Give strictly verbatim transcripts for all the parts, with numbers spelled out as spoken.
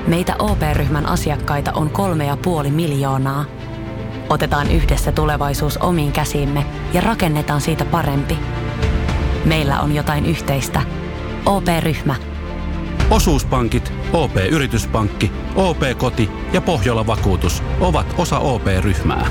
Meitä O P-ryhmän asiakkaita on kolme ja puoli miljoonaa. Otetaan yhdessä tulevaisuus omiin käsiimme ja rakennetaan siitä parempi. Meillä on jotain yhteistä. O P-ryhmä. Osuuspankit, O P-yrityspankki, O P-koti ja Pohjola Vakuutus ovat osa O P-ryhmää.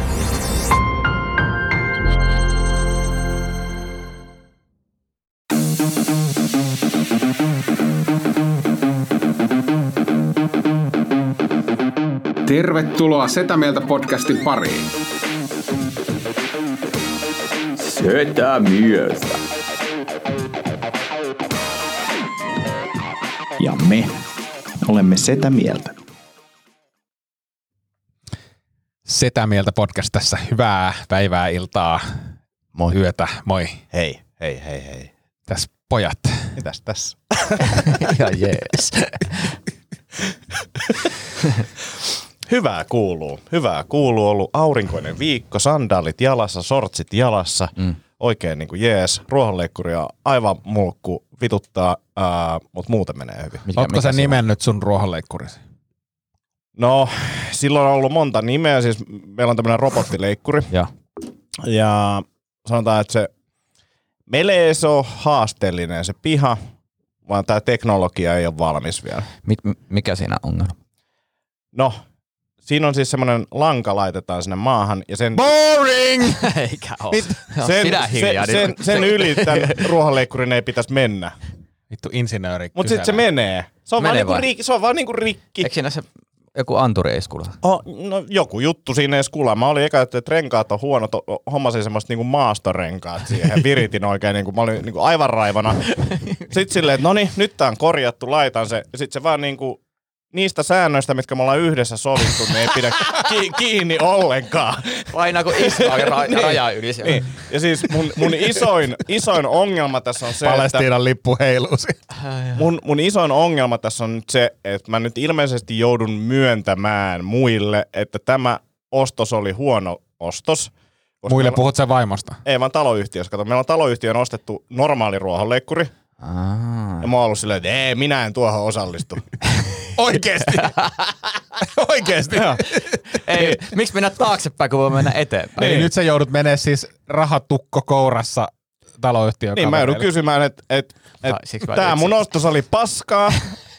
Tervetuloa Setä Mieltä podcastin pariin. Setä Mieltä. Ja me olemme Setä Mieltä. Setä Mieltä podcast tässä. Hyvää päivää, iltaa, moi. Yötä, moi. Hei, hei, hei, hei. Tässä pojat. Mitäs tässä? Ihan jees. Hyvää kuuluu, hyvää kuuluu. Ollut aurinkoinen viikko, sandaalit jalassa, sortsit jalassa. Mm. Oikein niin kuin jees. Ruohonleikkuria aivan mulkku, vituttaa, ää, mutta muuten menee hyvin. Mikä, Ootko sä nimennyt sun ruohonleikkurisi? No, silloin on ollut monta nimeä. Siis meillä on tämmöinen robottileikkuri. ja. ja sanotaan, että se meillä ei se ole haasteellinen se piha, vaan tämä teknologia ei ole valmis vielä. Mit, mikä siinä on ongelma? No, siinä on siis semmoinen lanka laitetaan sinne maahan ja sen... Boring! Eikä ole. Sen, sen, sen, sen yli tämän ruohonleikkurin ei pitäisi mennä. Vittu insinööri. Mutta sitten se menee. Se on, menee vaan niinku ri, se on vaan niinku rikki. Eikö siinä se joku anturi ei skula? Oh, no joku juttu siinä ei skula. Mä olin eka, että renkaat on huonot. Hommasin semmoista niinku maastorenkaat siihen. Viritin oikein. Niinku, mä olin niinku aivan raivana. Sitten silleen, että no niin, nyt tää on korjattu, laitan se. Sitten se vaan niinku... Niistä säännöistä, mitkä me ollaan yhdessä sovittu, niin ei pidä ki- kiinni ollenkaan. Aina kun iskaa ja ra- niin, rajaa yli niin. Ja siis mun, mun isoin, isoin ongelma tässä on se, Palestiinan että... lippu heilusi. Mun, mun isoin ongelma tässä on nyt se, että mä nyt ilmeisesti joudun myöntämään muille, että tämä ostos oli huono ostos. Muille meillä... puhut sä vaimosta? Ei, vaan taloyhtiössä. Kato, meillä on taloyhtiön ostettu normaali ruohonleikkuri. Aa. Ja mä oon ollut silleen, että ei, minä en tuohon osallistu. Oikeesti? Oikeesti? Ei, miksi mennä taaksepäin, kun voi mennä eteenpäin? Eli nyt sä joudut menee siis rahatukko kourassa taloyhtiön Niin, mä joudun kysymään, että et, et, tää mun ostos oli paskaa.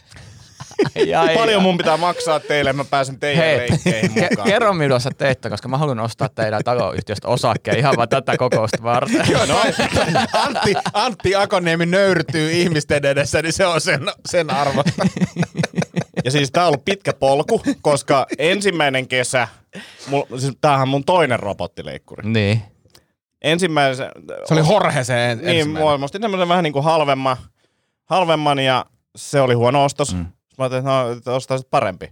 ja, Paljon mun pitää maksaa teille, mä pääsen teidän Hei, leikkeihin mukaan. Kerro milloin sä teet, koska mä haluan ostaa teidän taloyhtiöstä osakkeen ihan vaan tätä kokousta varten. no, Antti, Antti Akoniemi nöyrtyy ihmisten edessä, niin se on sen, sen arvosta. Ja siis tää on ollut pitkä polku, koska ensimmäinen kesä, mul, siis tämähän on mun toinen robottileikkuri. Niin. Ensimmäisen... Se oli Horheseen Niin, ensimmäinen. mä ostin tämmöisen vähän niin kuin halvemman, halvemman ja se oli huono ostos. Mm. Mä ajattelin, että no, ostaisit parempi.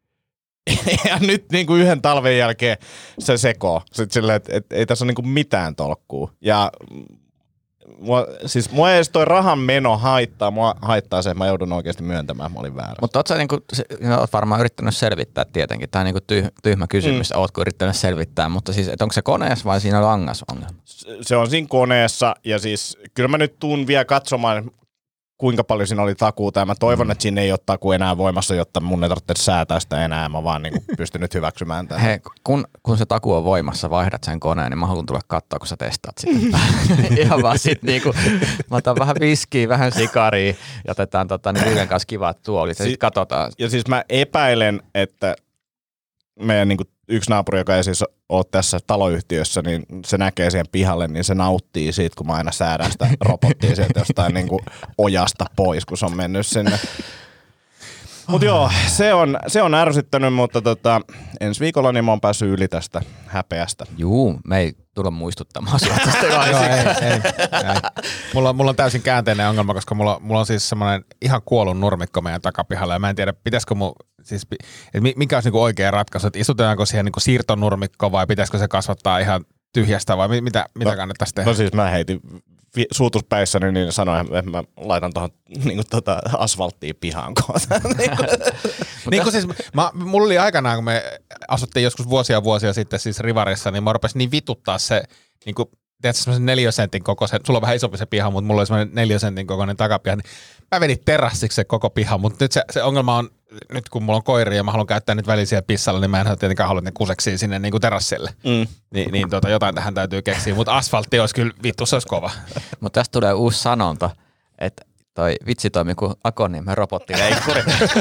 Ja nyt niin kuin yhden talven jälkeen se sekoo. Sitten silleen, että, että ei tässä ole niin kuin mitään tolkkuu. Ja mua, siis mua ei edes toi rahan meno haittaa. Mua haittaa se, että mä joudun oikeasti myöntämään, että mä olin väärä. Mutta oot sä niinku, oot varmaan yrittänyt selvittää tietenkin. Tämä on niinku tyh, tyhmä kysymys, mm. ootko yrittänyt selvittää. Mutta siis, onko se koneessa vai siinä on langasongelma? Se on siinä koneessa ja siis kyllä mä nyt tuun vielä katsomaan, kuinka paljon siinä oli takuuta, ja mä toivon, mm. että siinä ei ole takuu enää voimassa, jotta mun ei tarvitse säätää sitä enää, mä vaan niin pystyn nyt hyväksymään tämän. Hei, kun, kun se takuu on voimassa, vaihdat sen koneen, niin mä haluan tulla katsoa, kun sä testaat sitä. Ihan vaan sit niinku, mä otan vähän viskiä, vähän sikaria, ja otetaan tota, niin yhden kanssa kivat tuolit, ja si- sit katsotaan. Ja siis mä epäilen, että meidän niin yksi naapuri, joka ei siis ole tässä taloyhtiössä, niin se näkee siihen pihalle, niin se nauttii siitä, kun mä aina säädän sitä robottia sieltä jostain niin kuin ojasta pois, kun se on mennyt sinne. Mutta joo, se on, se on ärsyttänyt, mutta tota, ensi viikolla niin mä oon päässyt yli tästä häpeästä. Juu, me ei tulla muistuttamaan sua tästä. Joo, ei, ei, ei. Mulla, mulla on täysin käänteinen ongelma, koska mulla, mulla on siis semmoinen ihan kuollun nurmikko meidän takapihalla, ja mä en tiedä, pitäisikö mun, siis, mikä olisi niinku oikea ratkaisu, että istutetaanko siihen niinku siirtonurmikkoon vai pitäisikö se kasvattaa ihan tyhjästä vai mitä, mitä no, kannattaisi tehdä? No siis mä heitin suutuspäissäni, niin sanoin, että mä laitan tuohon niin tota, asfalttiin pihaan kohtaan. niin kuin siis, mä, mulla oli aikanaan, kun me asuttiin joskus vuosia vuosia sitten siis Rivarissa, niin mä rupesin niin vituttaa se, niin kuin, teet semmoisen neliösentin kokoisen, sulla on vähän isompi se piha, mutta mulla oli semmoinen neliösentin kokoinen takapiha, niin mä vedin terassiksi se koko piha, mutta nyt se, se ongelma on, nyt kun mulla on koiria ja mä haluan käyttää nyt välisiä pissalla, niin mä en tietenkään halua, että ne kuseksii sinne niin kuin terassille. Mm. Ni, niin tota, jotain tähän täytyy keksiä, mutta asfaltti olisi kyllä, vittu se olisi kova. Mutta tästä tulee uusi sanonta, että toi vitsi toimii kuin Akoniemen robottileikkuri.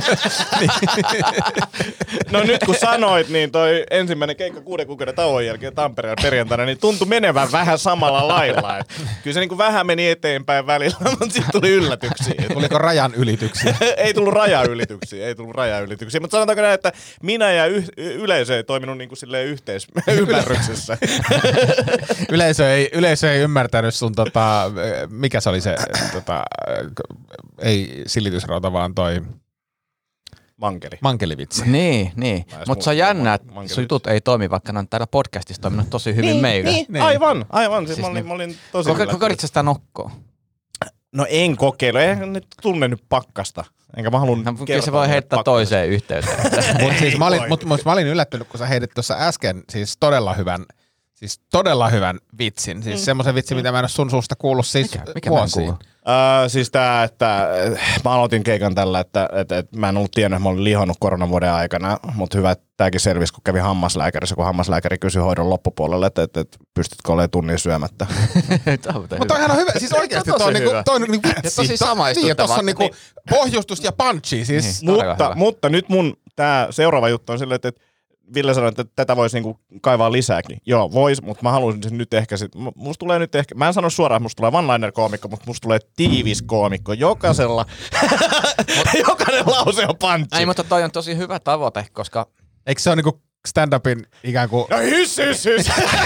No nyt kun sanoit, niin toi ensimmäinen keikka kuuden kuukauden tauon jälkeen Tampereen perjantaina, niin tuntui menevän vähän samalla lailla. Et kyllä se niinku vähän meni eteenpäin välillä, mutta sitten tuli yllätyksiä. Tuliko rajan ylityksiä? Ei tullut rajaylityksiä, ei tullut rajaylityksiä. Mutta sanotaanko näin, että minä ja y- yleisö ei toiminut niinku silleen yhteisymmärryksessä. yleisö, ei, yleisö ei ymmärtänyt sun, tota, mikä se oli se, tota, ei silitysrauta, vaan toi Mankeli. Mankelivitsi. Niin, niin. Mutta se on jännä, että sun jutut ei toimi, vaikka ne on täällä podcastissa toiminut tosi hyvin niin, meillä. Niin, niin, aivan, aivan. Siis siis mä, olin, niin. mä olin tosi Koke, kokeilit sä sitä nokkoa? No en kokeilu, eihän nyt tunne nyt pakkasta. Enkä mä halun no, kyllä se voi heittää pakkasta toiseen yhteyteen. Mutta siis mä olin, mut, mut mä olin yllättynyt, kun sä heitit tuossa äsken siis todella hyvän, siis todella hyvän vitsin. Siis mm. semmoisen vitsin, mm. mitä mä en ole sun suusta kuullut siis mikä, mikä vuosiin. Öö, siis tää, että mä aloitin keikan tällä, että, että, että mä en ollut tiennyt, että mä olin lihonnut koronavuoden aikana, mutta hyvä, että tääkin selvisi, kun kävi hammaslääkärissä, kun hammaslääkäri kysyi hoidon loppupuolelle, että, että, että pystytkö olemaan tunnin syömättä. Mutta toihan on hyvä, siis oikeasti toi on niinku, toi on niinku vitsi. Tosi samaistuttava. Niin, tossa on niinku pohjustus ja punchi, siis. Niin, mutta, mutta nyt mun tää seuraava juttu on silleen, että Ville sanoi, että tätä voisi niinku kaivaa lisääkin. Joo, vois, mutta mä haluaisin sen nyt ehkä sit, musta tulee nyt ehkä, mä en sano suoraan, että musta tulee one-liner-koomikko, mutta musta tulee tiivis koomikko. Jokaisella, jokainen lause on punchi. Ei, mutta toi on tosi hyvä tavoite, koska eikö se ole niinku stand-upin ikään kuin no hys, hys, hys.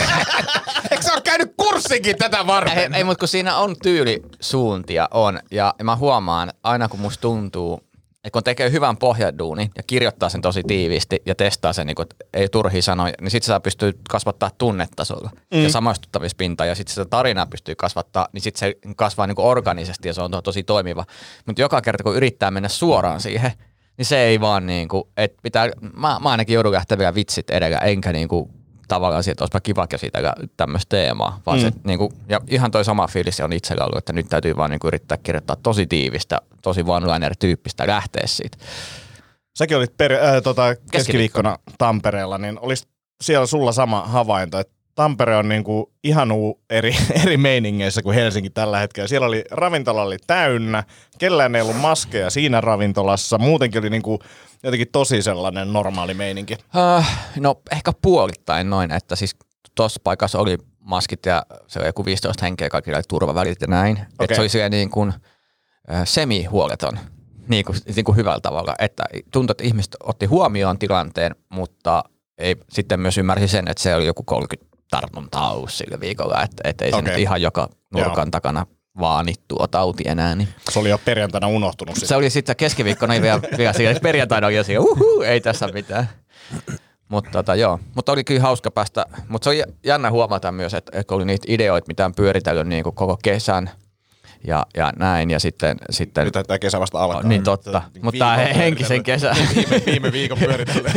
Eikö sä ole käynyt kurssinkin tätä varten? Ei, ei mutta kun siinä on tyylisuuntia on, ja mä huomaan aina kun musta tuntuu, että kun tekee hyvän pohjaduunin ja kirjoittaa sen tosi tiiviisti ja testaa sen, niin kun, ei turhia sanoja, niin sitten saa pystyy kasvattaa tunnetasolla mm. ja samaistuttavissa pintaa ja sitten sitä tarinaa pystyy kasvattaa, niin sitten se kasvaa niin organisesti ja se on tosi toimiva. Mutta joka kerta kun yrittää mennä suoraan siihen, niin se ei vaan niin kuin, että pitää, mä, mä ainakin joudun lähteä vielä vitsit edellä, enkä niin kuin tavallaan siitä, olisipa kiva käsitellä tämmöistä teemaa, vaan mm. se niinku, ja ihan toi sama fiilis on itsellä ollut, että nyt täytyy vaan niinku yrittää kirjoittaa tosi tiivistä, tosi one-liner-tyyppistä lähteä siitä. Säkin olit per, äh, tota, keskiviikkona Tampereella, niin olisi siellä sulla sama havainto, että Tampere on niinku ihan uu eri, eri meiningeissä kuin Helsinki tällä hetkellä. Siellä oli, ravintola oli täynnä, kellään ei ollut maskeja siinä ravintolassa, muutenkin oli niinku jotenkin tosi sellainen normaali meininki. Uh, no ehkä puolittain noin, että siis tuossa paikassa oli maskit ja se oli joku viisitoista henkeä, kaikilla oli turvavälit ja näin. Okay. Että se oli siellä niin kuin uh, semi-huoleton niin kuin, niin kuin hyvällä tavalla, että tuntui, että ihmiset otti huomioon tilanteen, mutta ei sitten myös ymmärsi sen, että se oli joku kolmekymmentä tartuntaa ollut sillä viikolla, että, että ei okay. se nyt ihan joka nurkan Joo. takana vaanittua tauti enää. Niin. Se oli jo perjantaina unohtunut. Se oli sitten keskiviikkona vielä, vielä siellä, perjantaina oli jo siellä, uhu, ei tässä mitään. Mutta tota, joo, mutta oli kyllä hauska päästä, mutta se oli jännä huomata myös, että, että oli niitä ideoita, mitä on pyöritellyt niin kuin koko kesän ja, ja näin, ja sitten... sitten nyt tämä kesä vasta alkaa. Niin totta, mutta tämä henkisen kesä. Viime, viime viikon pyöritellyt.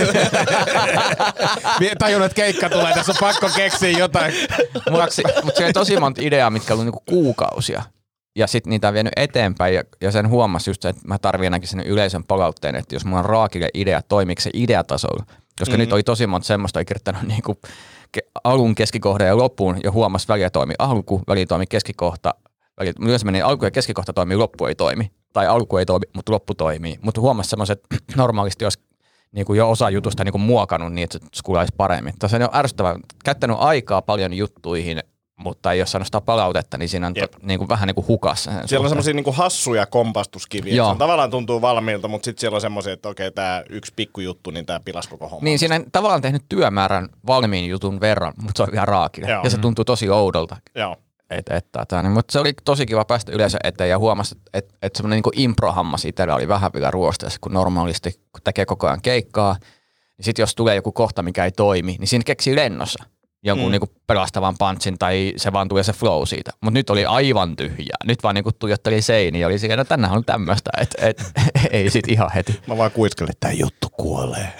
Tajunnut, että keikka tulee, tässä on pakko keksiä jotain. Mutta mut se oli tosi monta ideaa, mitkä oli niinku kuukausia. Ja sitten niitä on vienyt eteenpäin ja, ja sen huomasi just se, että mä tarvitsen ainakin sen yleisön palautteen, että jos mulla on raakille idea, toimiiko se ideatasolla. Koska mm-hmm. nyt oli tosi monta semmoista, ei kirjoittanut niinku ke- alun, keskikohdan ja loppuun ja huomasi väliä toimi alku, väliä toimi keskikohta. Väliä, yleensä meni alku ja keskikohta toimii, loppu ei toimi. Tai alku ei toimi, mutta loppu toimii. Mutta huomasi semmoiset, normaalisti jos niinku jo osa jutusta niinku muokannut niin, että se kuulaisi paremmin. Tässä on jo ärsyttävää. Käyttänyt aikaa paljon juttuihin, mutta ei ole saanut sitä palautetta, niin siinä on to, niinku, vähän niin kuin hukassa. Siellä on semmoisia niinku hassuja kompastuskiviä. Se tavallaan tuntuu valmiilta, mutta sitten siellä on semmoisia, että okei, tämä yksi pikkujuttu, niin tämä pilasi koko homma. Niin, siinä on tavallaan tehnyt työmäärän valmiin jutun verran, mutta se on ihan raakille. Joo. Ja se tuntuu tosi oudolta. Joo. Et, et, et, niin, mutta se oli tosi kiva päästä yleensä eteen ja huomasi, että et, et semmoinen niinku improhammas itsellä oli vähän vielä ruosteessa, kun normaalisti kun tekee koko ajan keikkaa, niin sitten jos tulee joku kohta, mikä ei toimi, niin siinä keksii lennossa jonkun mm. niinku pelastavan punchin tai se vaan tulee se flow siitä. Mutta nyt oli aivan tyhjää. Nyt vaan niinku tuijotteli seiniä ja oli siinä, että tänään on tämmöistä, että et, ei sit ihan heti. Mä vaan kuiskelin, että tämä juttu kuolee.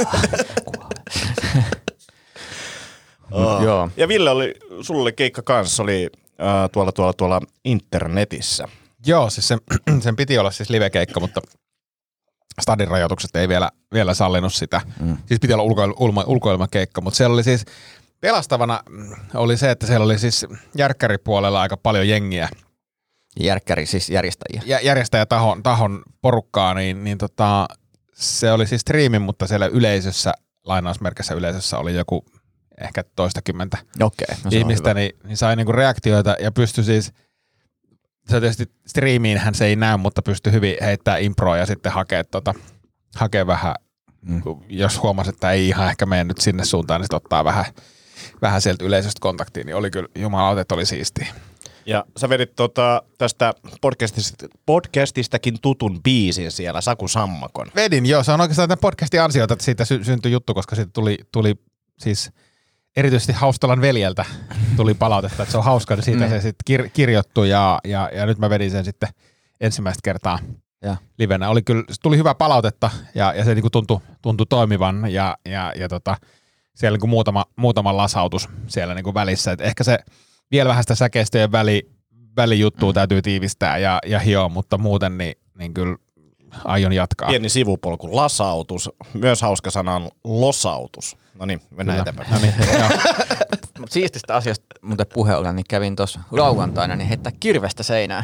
oh. Joo. Ja Ville, oli, sulla oli keikka kanssa, oli äh, tuolla, tuolla, tuolla internetissä. Joo, siis sen, sen piti olla siis livekeikka, mutta stadin rajoitukset ei vielä, vielä sallinut sitä. Mm. Siis piti olla ulkoil, ulma, ulkoilmakeikka, mutta siellä oli siis pelastavana oli se, että siellä oli siis järkkäripuolella aika paljon jengiä. Järkkäri, siis järjestäjiä. Ja, järjestäjätahon tahon porukkaa, niin, niin tota, se oli siis striimi, mutta siellä yleisössä, lainausmerkissä yleisössä oli joku ehkä toistakymmentä okay, no ihmistä, niin, niin sai niinku reaktioita ja pystyi siis, se tietysti striimiinhän se ei näy, mutta pystyi hyvin heittämään improa ja sitten hakea, tota, hakea vähän, mm. jos huomasi, että ei ihan ehkä mene nyt sinne suuntaan, niin sitten ottaa vähän, vähän sieltä yleisöstä kontaktiin, niin oli kyllä jumalauta, että oli siistiä. Ja sä vedit tota, tästä podcastista, podcastistakin tutun biisin siellä, Saku Sammakon. Vedin, joo. Se on oikeastaan tämän podcastin ansiota, että siitä sy- syntyi juttu, koska siitä tuli, tuli siis erityisesti Haustalan veljeltä tuli palautetta, että se on hauska, niin siitä mm. se sitten kir- kirjoittui ja, ja, ja nyt mä vedin sen sitten ensimmäistä kertaa ja. livenä. Oli kyllä, tuli hyvää palautetta ja, ja se niinku tuntui, tuntui toimivan ja, ja, ja tota, siellä niinku muutama, muutama lasautus siellä niinku välissä. Et ehkä se vielä vähän sitä säkeistöjen väli, välijuttua mm. täytyy tiivistää ja, ja hioa, mutta muuten niin, niin kyllä aion jatkaa. Pieni sivupolku, lasautus. Myös hauska sana on losautus. No niin, mennään kyllä. eteenpäin. No niin, siististä asiasta muuten puhe ollen, niin kävin tuossa lauantaina niin heittää kirvestä seinään.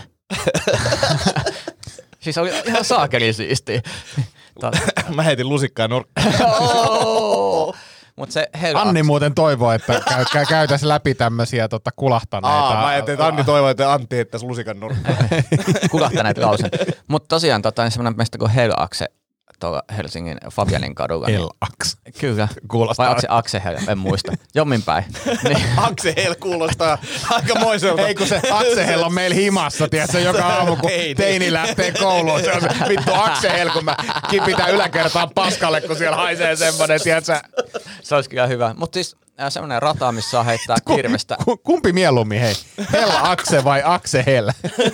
Siis oli ihan saakeli siistiä. Mä heitin lusikkaa nurkkaan. Mut se Hel- Anni muuten toivoo, että käy, käy, käytäisiin läpi tämmöisiä tota, kulahtaneita. Aa, mä ajattelin, että Anni toivoo, että Antti heittäisi lusikan nurkkaan. Kulahtaneet lausen. Mutta tosiaan tota, niin semmoinen meistä kuin Hel-Akse tuolla Helsingin Fabianin kadulla. Hel-Aks. Niin, kyllä. Kuulostaa. Vai Akse, Akse Hel, en muista. Jommin päin. Niin. Akse Hel kuulostaa aika moiselta. Ei kun se Akse Hel on meillä himassa, tiedätkö, joka aamu kun teini lähtee kouluun. Se on se vittu Akse Hel, kun mä kipitän yläkertaan paskalle, kun siellä haisee semmoinen, tiedätkö. Se olisi kyllä hyvä. Mutta siis äh, semmoinen rata, missä saa heittää kirvestä. Kumpi mieluummin, hei? Hel-Akse vai Akse Hel?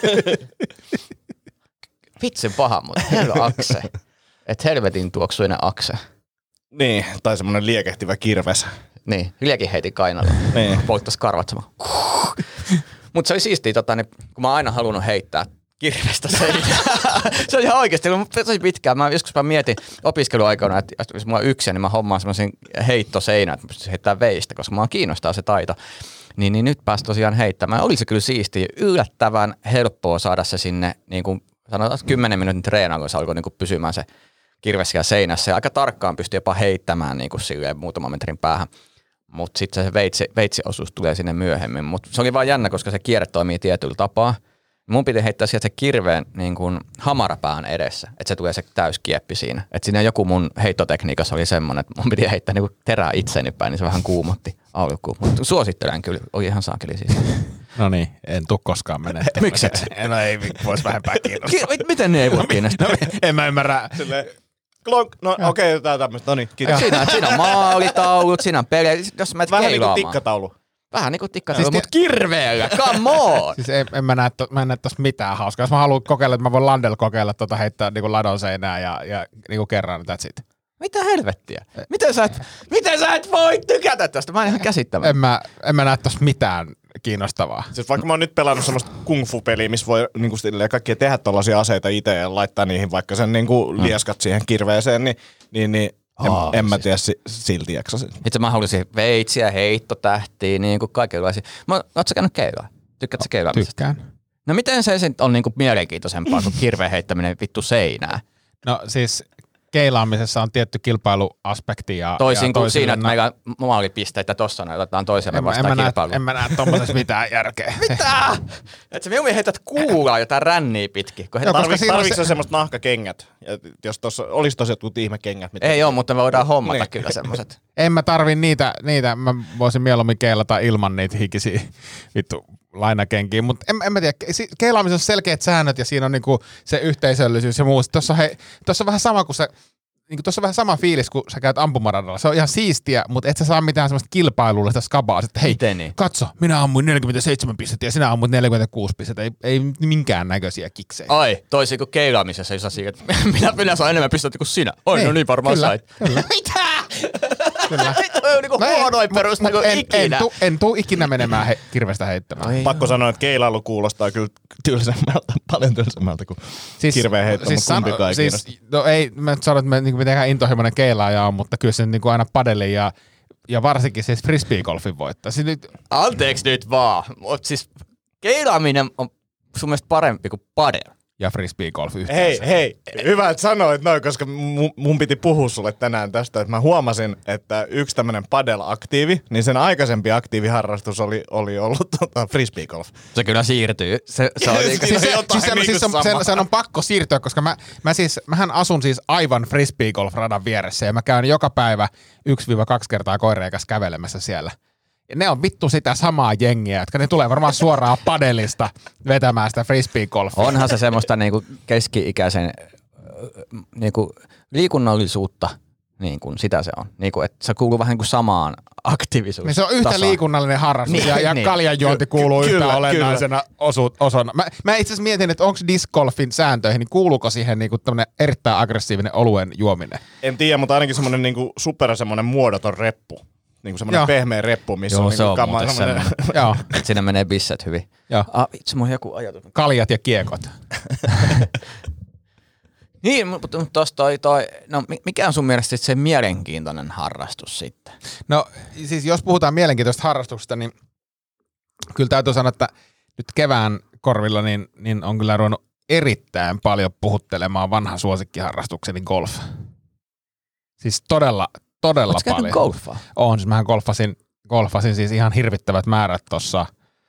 Vitsin paha, mutta Hel-Akse. Että helvetin tuoksuinen akse. Niin, tai semmoinen liekehtivä kirves. Niin, liekin heitin kainalle. Niin. Polttais karvat sama. Mutta se oli siistiä, tota, niin, kun mä oon aina halunnut heittää kirvestä seinään. Se on ihan oikeasti, tosi pitkään. Mä joskus mä mietin opiskeluaikana, että jos mulla on yksi, niin mä hommaan semmoisen heittoseinän, että mä pystyisin heittämään veistä, koska mä kiinnostaa se taito. Niin, niin nyt pääsi tosiaan heittämään. Oli se kyllä siistiä, yllättävän helppoa saada se sinne, niin kuin sanotaan kymmenen minuutin treenaan, kun se alkoi niin kuin pysymään se kirves siellä seinässä. Ja aika tarkkaan pystyi jopa heittämään niin kuin silleen muutaman metrin päähän. Mutta sitten se veitsi, veitsiosuus tulee sinne myöhemmin. Mutta se oli vaan jännä, koska se kierre toimii tietyllä tapaa. Mun piti heittää sieltä se kirveen niin kuin hamarapään edessä, että se tulee se täyskieppi siinä. Että siinä joku mun heittotekniikassa oli semmoinen, että mun piti heittää niin kuin terää itseni päin, niin se vähän kuumotti alkuun. Mutta suosittelen kyllä, oli ihan saakeli siis. No niin, en tuu koskaan menettämään. Mikset? No ei, vois vähempää kiinnostaa. Miten ne ei voi kiinnostaa? No, en mä ymmärrä. Klonk, no okei, okay, tää tämmöistä, no niin, kiitos. Siinä, siinä on maalitaulut, siinä on pelejä, jos mä et vähän keilaamaan. niin kuin tikkataulu. Vähän niin kuin tikkataulu, Siis mutta kirveellä, come on! Siis en, en mä näe, to, mä en näe tossa mitään hauskaa. Jos mä haluan kokeilla, että mä voin Landella kokeilla tota heittää niinku ladon seinään ja, ja niinku kerran, that's it. Mitä helvettiä? Miten sä et, miten sä et voi tykätä tästä? Mä en ihan käsittämään. En mä, en mä näe tossa mitään kiinnostavaa. Siis vaikka mä oon nyt pelannut semmoista kung fu peliä, missä voi niinku kaikkia tehdä tollaisia aseita itse ja laittaa niihin vaikka sen niinku lieskat siihen kirveeseen, niin, niin, niin en, oh, en mä tiedä si, silti jaksasin. Itse mä haluaisin veitsiä, heittotähtiä, niin kuin kaikenlaisia. Mä, oot sä käynyt keilaa? Tykkäätkö sä keilaamisesta? Tykkään. No miten se on niinku mielenkiintoisempaa kuin kirveen heittäminen vittu seinään? No siis keilaamisessa on tietty kilpailuaspekti. Ja, toisin ja kuin siinä, että nä- meillä on maalipisteitä tossa, ne otetaan toisemme en, vastaan en kilpailuun. En mä näe tommosessa mitään järkeä. Mitä? Et sä mieluummin heität kuulaa jotain ränniä pitkin. Joo, koska Tarvi, siinä on tarviiko se- semmoista nahkakengät? Ja jos tossa olisi tossa jotkut ihmekengät. Mitä Ei oo, mutta me voidaan hommata Niin. kyllä semmoset. En mä tarvi niitä, niitä, mä voisin mieluummin keilata ilman niitä hikisiä vittu lainakenkiä, mutta en, en mä tiedä, si- keilaamisessa on selkeät säännöt ja siinä on niinku se yhteisöllisyys ja muu. Tuossa on, on vähän sama kuin se, niinku tuossa on vähän sama fiilis, kun sä käyt ampumaradalla. Se on ihan siistiä, mutta et sä saa mitään semmoista kilpailullista skabaa, että hei, Miten niin? katso, minä ammuin neljäkymmentäseitsemän pistettä ja sinä ammut neljäkymmentäkuusi pistettä. Ei, ei minkään näköisiä kiksejä. Ai, toisin kuin keilaamisessa, jos asiat, minä, minä saan enemmän pistettä kuin sinä. Oi, Niin, no niin varmaan kyllä, sait. kyllä. Mitä? Kyllä. Toi on niinku huonoin perusta kuin en, ikinä. En, tu, en tuu ikinä menemään he, kirvestä heittämään. Ai Pakko joo. sanoa, että keilailu kuulostaa kyllä tylsemmältä, paljon tylsemmältä kuin siis, kirveen heitto, siis mutta kumpikaan ei siis, no ei, mä sanon, että me niinku mitenkään intohimoinen keilaaja on, mutta kyllä se niinku aina padelin ja, ja varsinkin siis frisbeegolfin voittaa. Siis nyt, Anteeksi nyt vaan, mutta siis keilaaminen on sun mielestä parempi kuin padel. ja frisbeegolf yhteensä. Hei, hei, hyvä, että sanoit noin, koska mun, mun piti puhua sulle tänään tästä, että mä huomasin, että yksi tämmönen padel-aktiivi, niin sen aikaisempi aktiiviharrastus oli, oli ollut tota, frisbeegolf. Se kyllä siirtyy. Se, se on niinku, Siinä Siis, se, jotain siis, se, niinku siis on, samaa. sen, sen on pakko siirtyä, koska mä, mä siis, mähän asun siis aivan frisbeegolf-radan vieressä ja mä käyn joka päivä yksi kaksi kertaa koireen kanssa kävelemässä siellä. Ja ne on vittu sitä samaa jengiä, jotka ne tulee varmaan suoraan padelista vetämään sitä frisbeegolfia. onhan se semmoista niinku keski-ikäisen äh, niinku liikunnallisuutta, niin kuin sitä se on. Niinku, että se kuuluu vähän niin kuin samaan aktiivisuuteen. Niin se on yhtä liikunnallinen harrastus Niin, ja, ja niin. kaljanjuonti kuuluu Ky- yhtä kyllä, olennaisena osu, osana. Mä, mä itse asiassa mietin, että onko discgolfin sääntöihin, niin kuuluuko siihen niinku tämmönen erittäin aggressiivinen oluen juominen? En tiedä, mutta ainakin semmoinen niinku super semmoinen muodoton reppu. Niinku semmoinen Joo. pehmeä reppu, missä Joo, on se niinku on kama, muuten semmoinen... Joo, Et siinä menee bisset hyvin. joo. Ah, itse mulla on joku ajatus. Kaljat ja kiekot. Niin, mutta tuossa toi, toi, no mikä on sun mielestä sit se mielenkiintoinen harrastus sitten? No siis jos puhutaan mielenkiintoista harrastuksesta, niin kyllä täytyy sanoa, että nyt kevään korvilla niin, niin on kyllä ruvennut erittäin paljon puhuttelemaan vanha suosikkiharrastukseni golf. Siis todella, todella Ootko käynyt paljon. golfaa? On, siis mähän golfasin, golfasin siis ihan hirvittävät määrät tuossa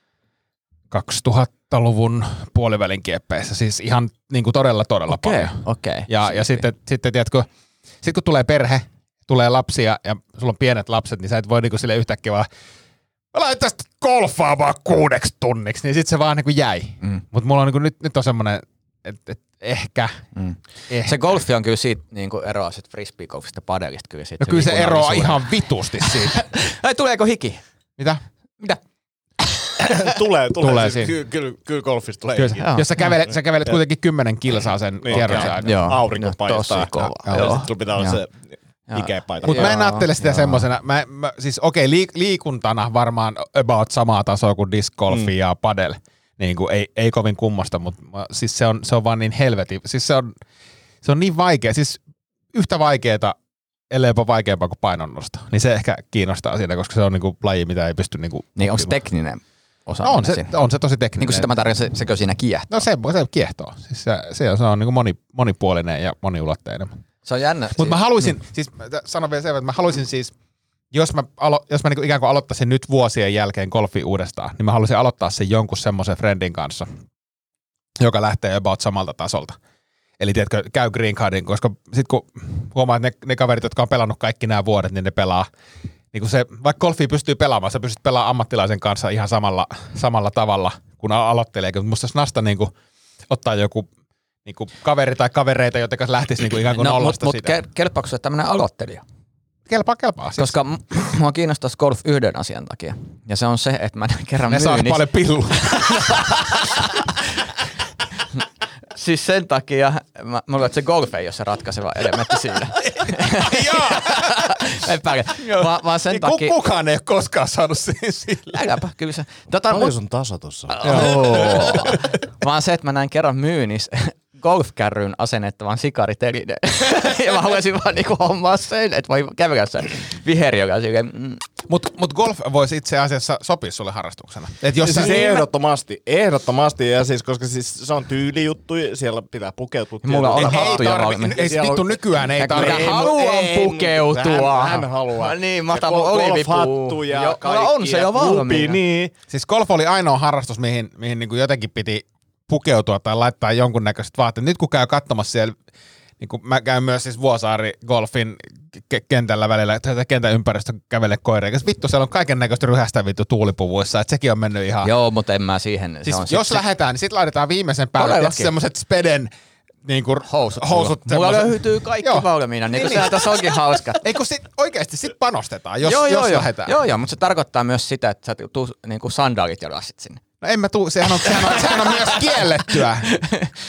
kaksituhattaluvun puolivälin kieppeissä. Siis ihan niin kuin todella, todella Okei, paljon. okei. Ja, ja sitten, sitten tiedätkö, sit kun tulee perhe, tulee lapsia ja sulla on pienet lapset, niin sä et voi niinku sille yhtäkkiä vaan mä lähden tästä golfaamaan kuudeksi tunniksi, niin sit se vaan niinku jäi. Mm. Mut mulla on niinku nyt, nyt on semmonen, että et ehkä, Mm. ehkä. Se golfi on kyllä siitä niin kuin eroaa sit frisbeegolfista padelista kyllä. Sit No kyllä se eroaa liikunnallisuuden. ihan vitusti siitä. Ai, tuleeko hiki? Mitä? Mitä? tulee, tulee. Tulee siis, siinä. kyllä, kyllä, kyllä golfista tulee Kyllä, ikinä. Joo. jos sä kävelet, sä kävelet kuitenkin kymmenen kilsaa sen Niin, kierroksen joo. aikana. Joo. Aurinko No, paistaa. tosi kova. Ja Joo. sit sulla pitää olla Joo. se ikeä paita. Mutta mä en Joo, ajattele sitä joo. semmosena, mä, mä, siis okei, okay, liik- liikuntana varmaan about samaa tasoa kuin disc golfi mm. ja padel. Niin kuin ei, ei kovin kummosta, mutta siis se on, se on vaan niin helvetin, siis se on, se on niin vaikea, siis yhtä vaikeeta, ellei jopa vaikeampaa kuin painonnosto. Niin se ehkä kiinnostaa siinä, koska se on niinku laji, mitä ei pysty niinku... Niin onko se tekninen osa? No on se, on se tosi tekninen. Niin kuin sitä mä tarkoitan, se, sekö siinä kiehtoo? No se, se kiehtoo. Siis se, se on, se on niinku moni, monipuolinen ja moniulotteinen. Se on jännä. Mutta mä haluaisin, niin. siis sanon vielä sen, että mä haluaisin siis, jos mä, alo, jos mä niinku ikään kuin aloittaisin nyt vuosien jälkeen golfi uudestaan, niin mä haluaisin aloittaa sen jonkun semmoisen friendin kanssa, joka lähtee about samalta tasolta. Eli tiedätkö, käy green cardin, koska sit kun huomaa, että ne, ne kaverit, jotka on pelannut kaikki nämä vuodet, niin ne pelaa, niin kun se, vaikka golfia pystyy pelaamaan, sä pystyt pelaamaan ammattilaisen kanssa ihan samalla, samalla tavalla, kun aloittelee. Musta olisi nasta niin kuin, ottaa joku niin kuin kaveri tai kavereita, joiden kanssa lähtisi niin kuin ikään kuin no, nollasta mut, sitä. Mutta kelpaako se tämmönen aloittelija? Kelpaa, kelpaa. Siis. Koska m- mua kiinnostaisi golf yhden asian takia. Ja se on se, että mä näin kerran ne saa myynnissä. paljon pillua. Siis sen takia, mä, mä luulen, että se golf ei ole se ratkaiseva elementti siinä. Joo. Epäile. Va, vaan sen Niin takia... ku, kukaan ei ole koskaan saanut siihen sille. Äläpä, kyllä se. Tota, Paljon mut, sun taso tossa? oh. Vaan se, että mä näin kerran myynnissä golfkärryyn asennettavan sikaritelineen. Ja mä haluaisin vaan niinku hommaa sen, että voi kävellä sen viheri, joka silleen... Mm. Mut, mut golf voisi itse asiassa sopia sulle harrastuksena. Et jos Siis sä, ehdottomasti, ehdottomasti, ja siis, koska siis se on tyylijuttu, siellä pitää pukeutua. Mulla on tietysti. ei hattuja tarvi, valmiina. ei Siellä vittu on- nykyään ei Ja tarvi. kyllä Ei, haluan ei, mut pukeutua. Hän, hän haluaa. No niin, mä Ja otan mun gol- olivipuu. golfhattu ja Joo, mulla kaikki, on se ja jo klubi, valmiina. niin. Siis golf oli ainoa harrastus, mihin, mihin niinku jotenkin piti pukeutua tai laittaa jonkunnäköiset vaatteet. Nyt kun käy katsomassa siellä, niin kun mä käyn myös siis Vuosaari golfin ke- kentällä välillä, tätä kentän ympäristö kävelee koiria. Vittu, siellä on kaiken näköistä ryhästä vittu tuulipuvuissa, että sekin on mennyt ihan... Joo, mutta en mä siihen. Siis se on jos sit, lähdetään, niin sit laitetaan viimeisen päälle Todellakin. semmoset speden niinku housut. housut Mulla semmoset- löytyy kaikki Joo. valmiina, niin kuin Niin, sehän tässä onkin hauska. Ei kun sit, oikeesti sit panostetaan, jos, joo, jos joo, joo, lähdetään. joo, joo, mutta se tarkoittaa myös sitä, että sä tuu niinku sandaalit ja lassit sinne. No en mä tuu, sehän on, sehän on, sehän on myös kiellettyä.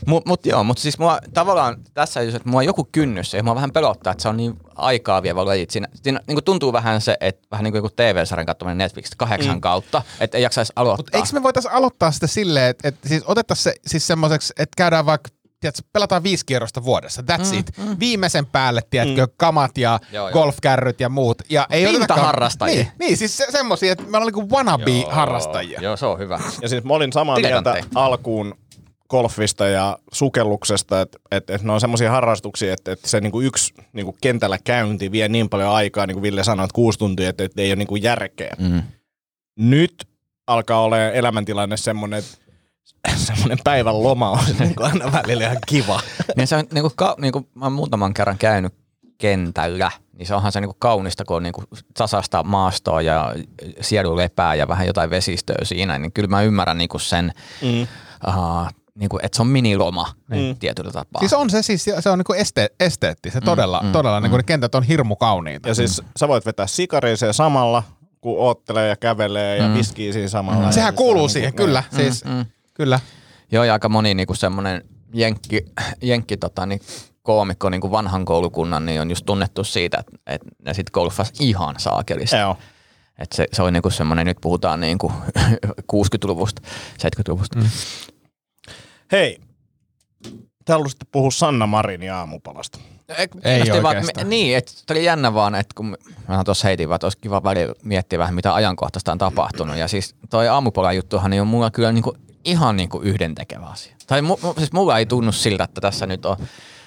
Mut, mut joo, mutta siis mua tavallaan tässä just, että mua on joku kynnys ja mua vähän pelottaa, että se on niin aikaa vievä laji. Siinä, siinä niin tuntuu vähän se, että vähän niin kuin joku T V-sarjan katsominen Netflixistä kahdeksan mm. kautta, että ei jaksaisi aloittaa. Mutta eikö me voitaisiin aloittaa sitä silleen, että, että siis otettaisiin se siis semmoiseksi, että käydään vaikka, tiedätkö, pelataan viisi kierrosta vuodessa, that's mm, it. Mm. Viimeisen päälle, tiedätkö, mm. kamat ja joo, golfkärryt ja muut. Ja ei pintaharrastajia. Niin, niin, siis se, semmosia, että me ollaan niinku wannabe-harrastajia. Joo, se on hyvä. Ja siis mä olin samaa mieltä alkuun golfista ja sukelluksesta, että et, et ne on semmoisia harrastuksia, että et se niinku yksi niinku kentällä käynti vie niin paljon aikaa, niin kuin Ville sanoi, että kuusi tuntia, että et ei ole niinku järkeä. Mm. Nyt alkaa olla elämäntilanne semmoinen, että semmoinen päivän loma on niinku aina välillä ihan kiva. Niin se on niinku, ka, niinku, mä oon muutaman kerran käynyt kentällä, niin se onhan se niinku kaunista, kun on niinku tasasta maastoa ja sielu lepää ja vähän jotain vesistöä siinä, niin kyllä mä ymmärrän niinku sen, mm. uh, niinku, että se on miniloma mm. tietyllä tapaa. Siis on se siis, se on niinku este, esteetti, se todella, mm. todella mm. niinku ne kentät on hirmu kauniita. Ja siis mm. sä voit vetää sikariseen samalla, kun oottelee ja kävelee ja mm. viskii siinä samalla. Mm. Sehän kuuluu siihen, niin, kyllä, mm. siis mm. kyllä. Joo, ja aika moni niinku semmoinen jenkki, jenkki tota, niin koomikko niinku vanhan koulukunnan niin on just tunnettu siitä, että, että ne sit golfas ihan saakelista. Joo. Että se, se on niinku semmoinen, nyt puhutaan niinku kuusikymmentäluvusta, seitsemänkymmentäluvusta. Mm. Hei, te haluaisitte puhua Sanna Marinin aamupalasta. Ei oikeastaan. Niin, että oli jännä vaan, että kun mä tuossa heitin vaan, että olisi kiva välillä miettiä vähän, mitä ajankohtaista on tapahtunut. Ja siis toi aamupalan juttuhan niin on mulla kyllä niinku ihan niinku yhdentekevä asia. Tai mu, siis mulla ei tunnu siltä, että tässä nyt on,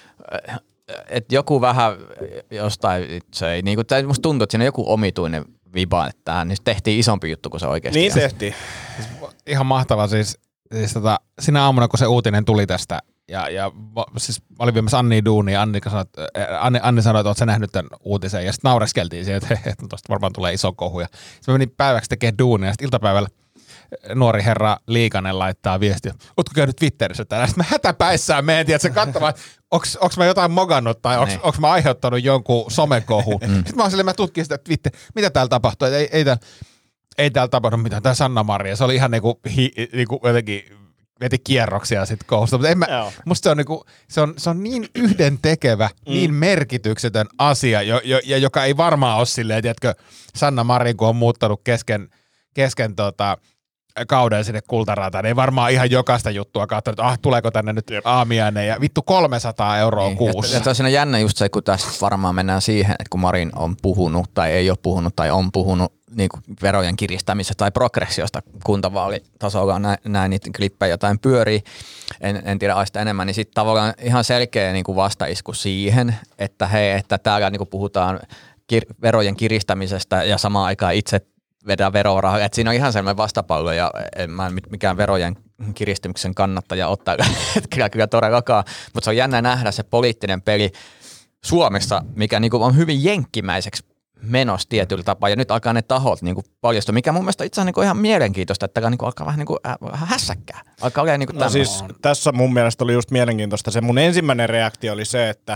että joku vähän jostain, se ei, niinku, musta tuntuu, että siinä on joku omituinen viba, että tähän niin tehtiin isompi juttu kuin se oikeasti. Niin tehtiin. Siis, ihan mahtava siis, siis tota, sinä aamuna, kun se uutinen tuli tästä, ja, ja siis mä olin viemässä Anni duunia, ja Anni sanoi, että, Anni, Anni sanoi, että ootko sä nähnyt tämän uutisen, ja sitten naureskeltiin siihen, että, että tuosta varmaan tulee iso kohu. Ja sitten mä menin päiväksi tekemään duunia, ja sitten iltapäivällä nuori herra Liikanen laittaa viestiä, ootko käynyt Twitterissä tänään? Sitten mä hätäpäissään menen, tiedätkö, katsomaan, onks, onks mä jotain mogannut tai onks, onks mä aiheuttanut jonkun somekohun. Mm. Sitten mä oon silleen, mä tutkin sitä Twitter, mitä täällä tapahtuu, ei, ei, täällä, ei täällä tapahdu mitään, tää Sanna Marin, se oli ihan niinku, hi, niinku jotenkin veti kierroksia sit kohusta, mutta en mä, musta se on, niinku, se, on, se on niin yhdentekevä, mm. niin merkityksetön asia, jo, jo, ja joka ei varmaan ole silleen, tiedätkö, Sanna Marin, kun on muuttanut kesken, kesken tota, kauden sinne Kultarataan, ei varmaan ihan jokaista juttua katsonut, että ah, tuleeko tänne nyt aamiainen ja vittu kolmesataa euroa niin, kuussa. Ja, ja siinä on jännä just se, kun tässä varmaan mennään siihen, että kun Marin on puhunut tai ei ole puhunut tai on puhunut niin kuin verojen kiristämisestä tai progressiosta kuntavaalitasolla, näin, näin niitä klippejä jotain pyörii, en, en tiedä aista enemmän, niin sitten tavallaan ihan selkeä niin kuin vastaisku siihen, että hei, että täällä niin kuin puhutaan kir- verojen kiristämisestä ja samaan aikaan itse vedä verorahaa. Että siinä on ihan sellainen vastapallo ja en mä mikään verojen kiristymyksen kannattaja ottaa kyllä, kyllä todellakaan, mutta se on jännä nähdä se poliittinen peli Suomessa, mikä niinku on hyvin jenkkimäiseksi menossa tietyllä tapaa ja nyt alkaa ne tahot niinku paljastua, mikä mun mielestä itse asiassa niinku ihan mielenkiintoista, että niinku alkaa vähän niinku, äh, vähän hässäkkää. Alkaa olla niinku no siis tässä mun mielestä oli just mielenkiintoista. Se mun ensimmäinen reaktio oli se, että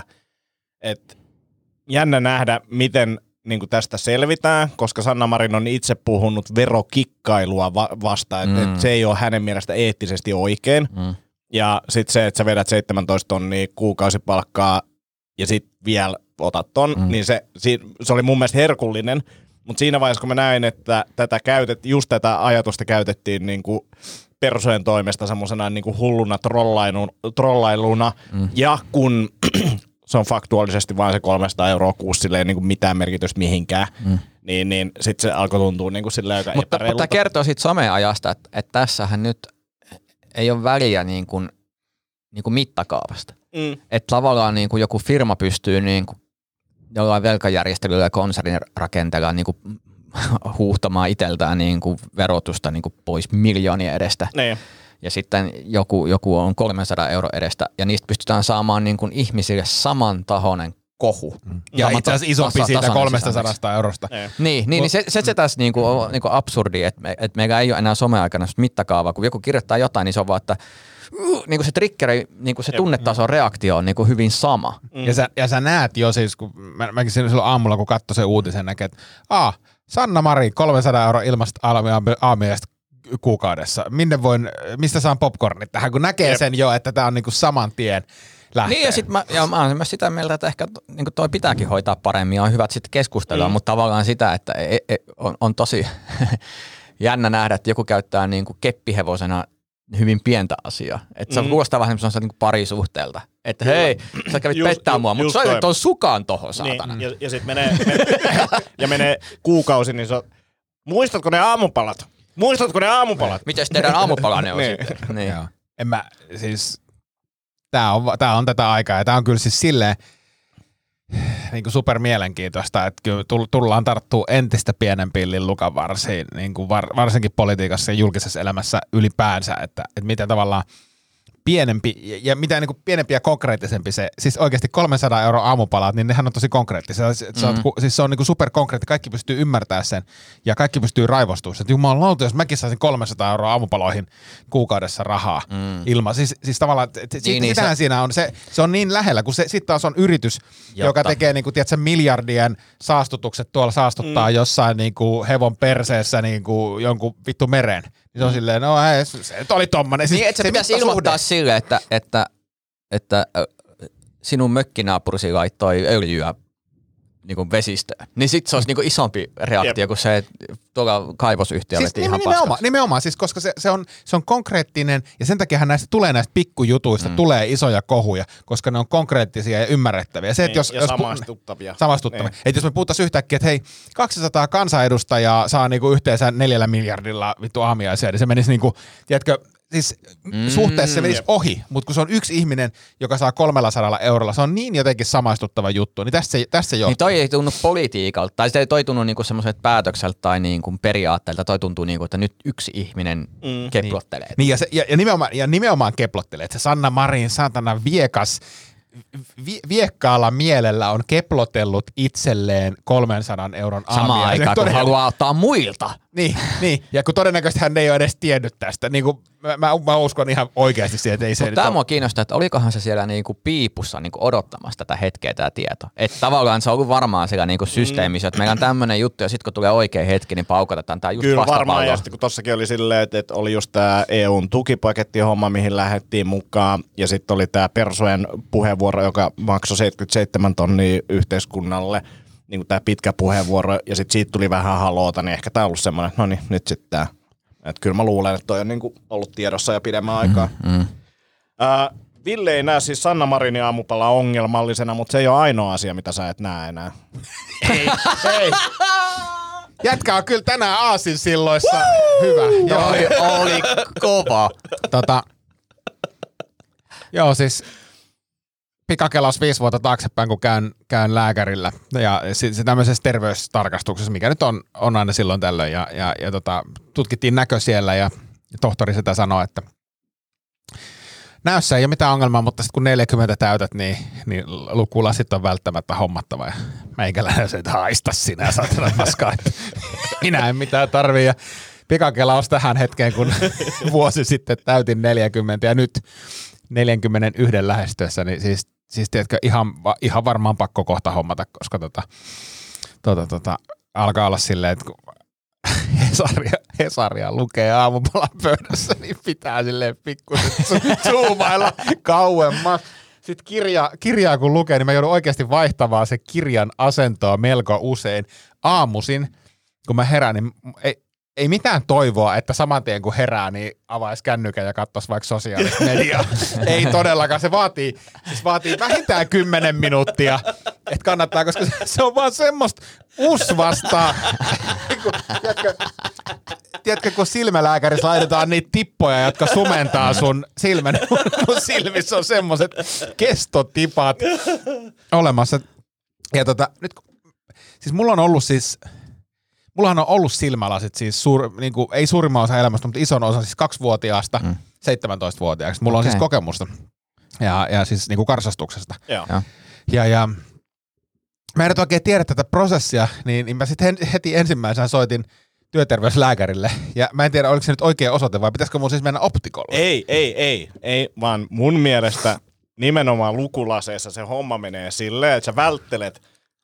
et jännä nähdä, miten niin kuin tästä selvitään, koska Sanna Marin on itse puhunut verokikkailua va- vastaan, että mm. et se ei ole hänen mielestä eettisesti oikein. Mm. Ja sitten se, että sä vedät seitsemäntoista tonnia kuukausipalkkaa ja sitten vielä otat ton, mm. niin se, se oli mun mielestä herkullinen. Mutta siinä vaiheessa, kun mä näin, että tätä käytet, just tätä ajatusta käytettiin niin kuin persojen toimesta semmoisena niin kuin hulluna trollailuna, mm. ja kun se on faktuaalisesti vain se kolmesataa euroa kuusi, sille ei niin kuin mitään merkitystä mihinkään, mm. niin, niin sitten se alkoi tuntua niin kuin silleen aika mutta, epäreilulta. Mutta kertoo siitä someajasta, että, että tässähän nyt ei ole väliä niin kuin, niin kuin mittakaavasta. Mm. Että tavallaan niin kuin joku firma pystyy niin kuin jollain velkajärjestelyllä ja konsernin rakenteella niin kuin huuhtamaan itseltään niin kuin verotusta niin kuin pois miljoonien edestä. Ne. Ja sitten joku, joku on kolmesataa euro edestä, ja niistä pystytään saamaan niin kuin ihmisille samantahoinen kohu. Mm. Ja itse asiassa isompi tasa, siitä kolmesataa eurosta. Niin, niin, niin se, se, se tässä niin kuin on niin kuin absurdi, että, me, että meillä ei ole enää someaikana mittakaavaa. Kun joku kirjoittaa jotain, niin se on vaan, että niin kuin se triggeri, niin kuin se tunnetason reaktio on niin kuin hyvin sama. Mm. Ja, sä, ja sä näet jo siis, kun mä, mäkin silloin aamulla, kun katsoin sen uutisen, näkee, että aah, Sanna Marin kolmesataa euroa ilmasta aamiaista kuukaudessa? Minne voin, mistä saan popcornit tähän, kun näkee Jep. sen jo, että tää on niinku saman tien lähtee. Niin ja sit mä, ja mä oon myös sitä mieltä, että ehkä niin toi pitääkin hoitaa paremmin ja on hyvät sitten keskustelua, mm. mutta tavallaan sitä, että e, e, on, on tosi jännä nähdä, että joku käyttää niin kuin keppihevosena hyvin pientä asiaa. Että se mm. kuulostaa vähän semmoista niin kuin parisuhteelta. Että hei, sä kävit just, pettää mua, mutta sä ton sukaan tohon, saatana. Niin, ja, ja sit menee, menee, ja menee kuukausi, niin se on, muistatko ne aamupalat? Muistatko ne aamupalat? Mites teidän aamupalanne on sitten? Niin. Joo. En mä, siis, tää on, tää on tätä aikaa, ja tää on kyllä siis silleen, niin kuin super mielenkiintoista, että kyllä tullaan tarttua entistä pienempiin lillukanvarsiin, niin kuin var, varsinkin politiikassa ja julkisessa elämässä ylipäänsä, että, että miten tavallaan pienempi ja mitä niin kuin pienempi ja konkreettisempi se, siis oikeasti kolmesataa euroa aamupalaat, niin nehän on tosi konkreettisia. Mm. On, siis se on niin kuin superkonkreetti, kaikki pystyy ymmärtämään sen ja kaikki pystyy raivostumaan. Että jumalauta, jos mäkin saisin kolmesataa euroa aamupaloihin kuukaudessa rahaa mm. ilman. Siis, siis tavallaan, niin, sit, niin, sitähän se... siinä on, se, se on niin lähellä, kun se sitten taas on yritys, Jotta. joka tekee niin kuin, tiedätkö, miljardien saastutukset tuolla saastuttaa mm. jossain niin kuin hevon perseessä niin kuin jonkun vittu meren. Niin se on silleen, no hei, se oli tommonen. Siis, niin, että se, se pitäisi ilmoittaa silleen, että, että, että sinun mökkinaapurisi laittoi öljyä niin kuin vesistöön. Niin sit se olisi niin kuin isompi reaktio Jep. kuin se, että tuolla kaivosyhtiölle siis ihan nimenomaan, paskaksi. Nimenomaan, siis koska se, se, on, se on konkreettinen ja sen takiahan näistä tulee näistä pikkujutuista, mm. tulee isoja kohuja, koska ne on konkreettisia ja ymmärrettäviä. Se, niin, jos, ja jos, samastuttavia. Samastuttavia. Niin. Että jos me puhuttaisiin yhtäkkiä, että hei, kaksisataa kansanedustajaa saa niinku yhteensä neljällä miljardilla vittu aamiaisia, niin se menisi niinku, tiedätkö, siis mm, suhteessa se menisi jep. ohi, mutta kun se on yksi ihminen, joka saa kolmella sadalla eurolla, se on niin jotenkin samaistuttava juttu, niin tästä se, tästä se johtuu. Niin toi ei tunnu politiikalta, tai se ei toi tunnu niinku semmoiselta päätökseltä tai niinku periaatteelta, toi tuntuu niinku, että nyt yksi ihminen mm, keplottelee. Niin, ja, se, ja, ja, nimenomaan, ja nimenomaan keplottelee, että se Sanna Marin saatana viekas, vi, viekkaalla mielellä on keplotellut itselleen kolmensadan euron aamia. Samaan aikaan, kun haluaa ottaa muilta. Niin, niin, ja kun todennäköisesti hän ei ole edes tiennyt tästä, niin kuin mä, mä, mä uskon ihan oikeasti siihen, että ei se... Tämä mua kiinnostaa, että olikohan se siellä niinku piipussa niinku odottamassa tätä hetkeä, tämä tieto. Että tavallaan se on ollut varmaan siellä niinku systeemissä, että meillä on tämmöinen juttu, ja sitten kun tulee oikea hetki, niin paukatetaan tämä just Kyllä varmaan, ja sitten kun tossakin oli silleen, että, että oli just tämä E U:n tukipakettihomma, mihin lähdettiin mukaan, ja sitten oli tämä Persujen puheenvuoro, joka maksoi seitsemänkymmentäseitsemän tonnia yhteiskunnalle, niin kuin tämä pitkä puheenvuoro, ja sitten siitä tuli vähän haloota, niin ehkä tämä on ollut semmoinen, että no niin, nyt sitten tämä. Että kyllä mä luulen, että toi on niin kuin ollut tiedossa jo pidemmän aikaa. Mm, mm. Äh, Ville ei näe siis Sanna Marinin aamupalaa ongelmallisena, mutta se ei ole ainoa asia, mitä sä et näe enää. Ei, ei. Jätkä on kyllä tänään aasinsilloissa. Hyvä. Joo, oli kova. Tota, joo, siis... Pikakelaus viisi vuotta taaksepäin, kun käyn, käyn lääkärillä ja se, se tämmöisessä terveystarkastuksessa, mikä nyt on, on aina silloin tällöin ja, ja, ja tota, tutkittiin näkö siellä ja, ja tohtori sitä sanoi, että näössä ei ole mitään ongelmaa, mutta sitten kun neljäkymmentä täytät, niin, niin lukulasit on välttämättä hommattava ja meikäläinen se, että haista sinä saatana paskaa, minä en mitään tarvii ja pikakelaus tähän hetkeen, kun vuosi sitten täytin neljäkymmentä ja nyt neljäkymmentäyksi lähestyessä, niin siis, siis tiedätkö, ihan, ihan varmaan pakko kohta hommata, koska tota, tota, tota, alkaa olla silleen, että kun Hesaria, Hesaria lukee aamupalan pöydässä, niin pitää silleen pikkusen zoomailla kauemmas. Sitten kirja, kirjaa kun lukee, niin mä joudun oikeasti vaihtamaan se kirjan asentoa melko usein. Aamuisin, kun mä herään, niin ei, Ei mitään toivoa, että saman tien kun herää, niin avaisi kännykän ja katsoisi vaikka sosiaalista mediaa. Ei todellakaan. Se vaatii, siis vaatii vähintään kymmenen minuuttia, että kannattaa, koska se on vaan semmoista usvasta. tiedätkö, tiedätkö, kun silmälääkärissä laitetaan niitä tippoja, jotka sumentaa sun silmän. Mun silmissä on semmoiset kestotipat olemassa. Ja tota, nyt, siis mulla on ollut siis... Mullahan on ollut silmälasit, siis suur, niin kuin, ei suurimman osa elämästä, mutta ison osa, siis kaksivuotiaasta mm. seitsemäntoistavuotiaaksi. Mulla okay. on siis kokemusta ja, ja siis niin kuin karsastuksesta. Joo. Ja, ja mä en nyt oikein tiedä tätä prosessia, niin, niin mä sitten heti ensimmäisenä soitin työterveyslääkärille. Ja mä en tiedä, oliko se nyt oikea osoite vai pitäisikö mun siis mennä optikolle? Ei, ei, ei, ei, vaan mun mielestä nimenomaan lukulaseissa se homma menee silleen, että sä välttelet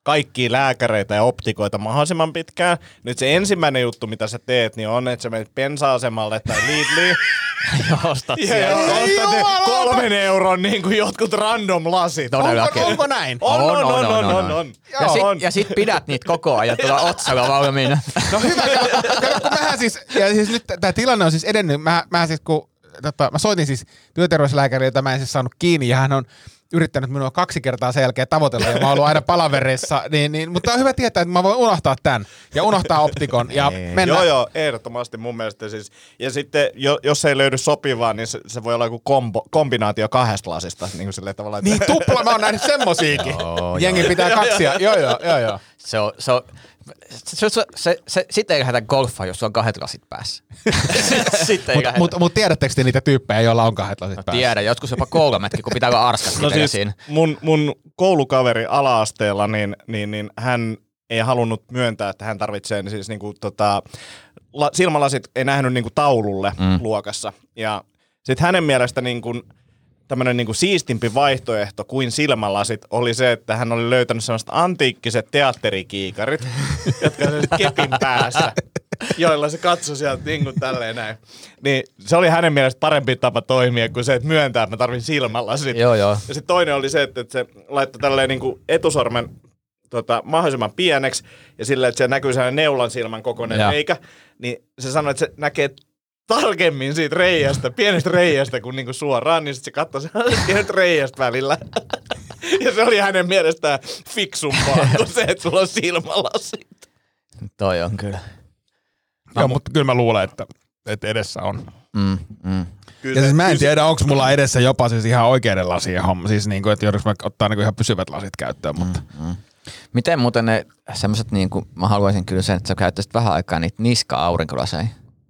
kaikkia lääkäreitä ja optikoita mahdollisimman pitkään. Nyt se ensimmäinen juttu, mitä sä teet, niin on, että sä menet bensa-asemalle tai Lidliin. Ja ostat Ja sieltä. ostat ne kolmen euron niin kuin jotkut random lasit. Onko, onko näin? On, on, on, on, on, on. Ja sit, ja sit pidät niitä koko ajan tuolla otsalla valmiina. No hyvä, kato, kun mähän siis, ja siis nyt tää tilanne on siis edennyt, mä, mä siis kun, tota, mä soitin siis työterveyslääkärille, jota mä en siis saanut kiinni, ja hän on yrittänyt minua kaksi kertaa sen jälkeen tavoitella, ja mä oon ollut aina palaverissa, niin, niin, mutta on hyvä tietää, että mä voin unohtaa tämän, ja unohtaa optikon, ja mennä. Joo, joo, ehdottomasti mun mielestä siis. Ja sitten, jo, jos ei löydy sopivaa, niin se, se voi olla joku kombo, kombinaatio kahdesta lasista. Niin kuin silleen tavallaan, Niin tupla, mä oon nähnyt semmosiakin. Joo, Jengi pitää kaksia, joo, joo, joo, joo. Se on, se on, se, se, se, se, sitten ei lähdetä golfaan, jos sulla on kahdet lasit päässä. Sitten ei Mutta lähdetä. mut, mut tiedättekö te niitä tyyppejä, joilla on kahdet lasit päässä? Tiedän, joskus jopa kolmetkin, kun pitää olla arskat no siis siinä. mun, mun koulukaveri ala-asteella, niin, niin, niin hän ei halunnut myöntää, että hän tarvitsee siis niinku tota, la, silmälasit ei nähnyt niinku taululle mm. luokassa. Ja sitten hänen mielestä niinku, tämmöinen niinku siistimpi vaihtoehto kuin silmälasit oli se, että hän oli löytänyt sellaiset antiikkiset teatterikiikarit, jotka on kepin päässä, joilla se katsoi sieltä niin kuin tälleen näin. Niin se oli hänen mielestä parempi tapa toimia kuin se, että myöntää, että mä tarvin silmälasit. Joo, joo. Ja sitten toinen oli se, että se laittoi tälleen niin kuin etusormen tota, mahdollisimman pieneksi ja silleen, että se näkyy sellainen neulan silmän kokoinen ja. reikä. Niin se sanoi, että se näkee tarkemmin siitä reiästä, pienestä reiästä kuin niinku suoraan, niin sitten se katsoi pienestä reiästä välillä. Ja se oli hänen mielestään fiksumpaa kuin se, että sulla on silmälasit. Toi on kyllä. Joo, mutta kyllä mä luulen, että, että edessä on. Mm, mm. Kyllä Ja se, siis mä en kyllä tiedä, onko mulla edessä jopa siis ihan oikeiden lasien homma. Siis niinku, että joudunko mä ottaa niinku ihan pysyvät lasit käyttöön, mutta... Mm, mm. Miten muuten ne semmoset niinku, mä haluaisin kyllä sen, että sä käyttäisit vähän aikaa niitä niska-aurinkolaseja.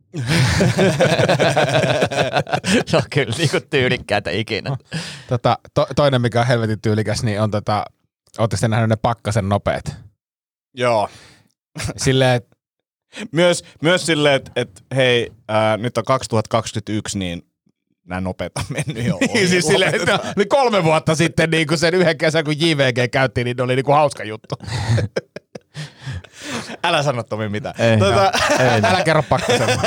Se on kyllä niinku tyylikkäitä ikinä. Tota, to, toinen, mikä on helvetin tyylikäs, niin on tota... Ootte sitten nähnyt ne Pakkasen nopeet? Joo. Silleen, että Myös, myös silleen, että et, hei, ää, nyt on kaksituhattakaksikymmentäyksi, niin nämä nopeat on mennyt jo ohi. siis silleen, että niin kolme vuotta sitten niin kuin sen yhden kesän, kun J V G käytti, niin ne oli niin kuin hauska juttu. Älä sano Tomi mitään. Ei, tota, Ei, älä kerro Pakkasen. uh,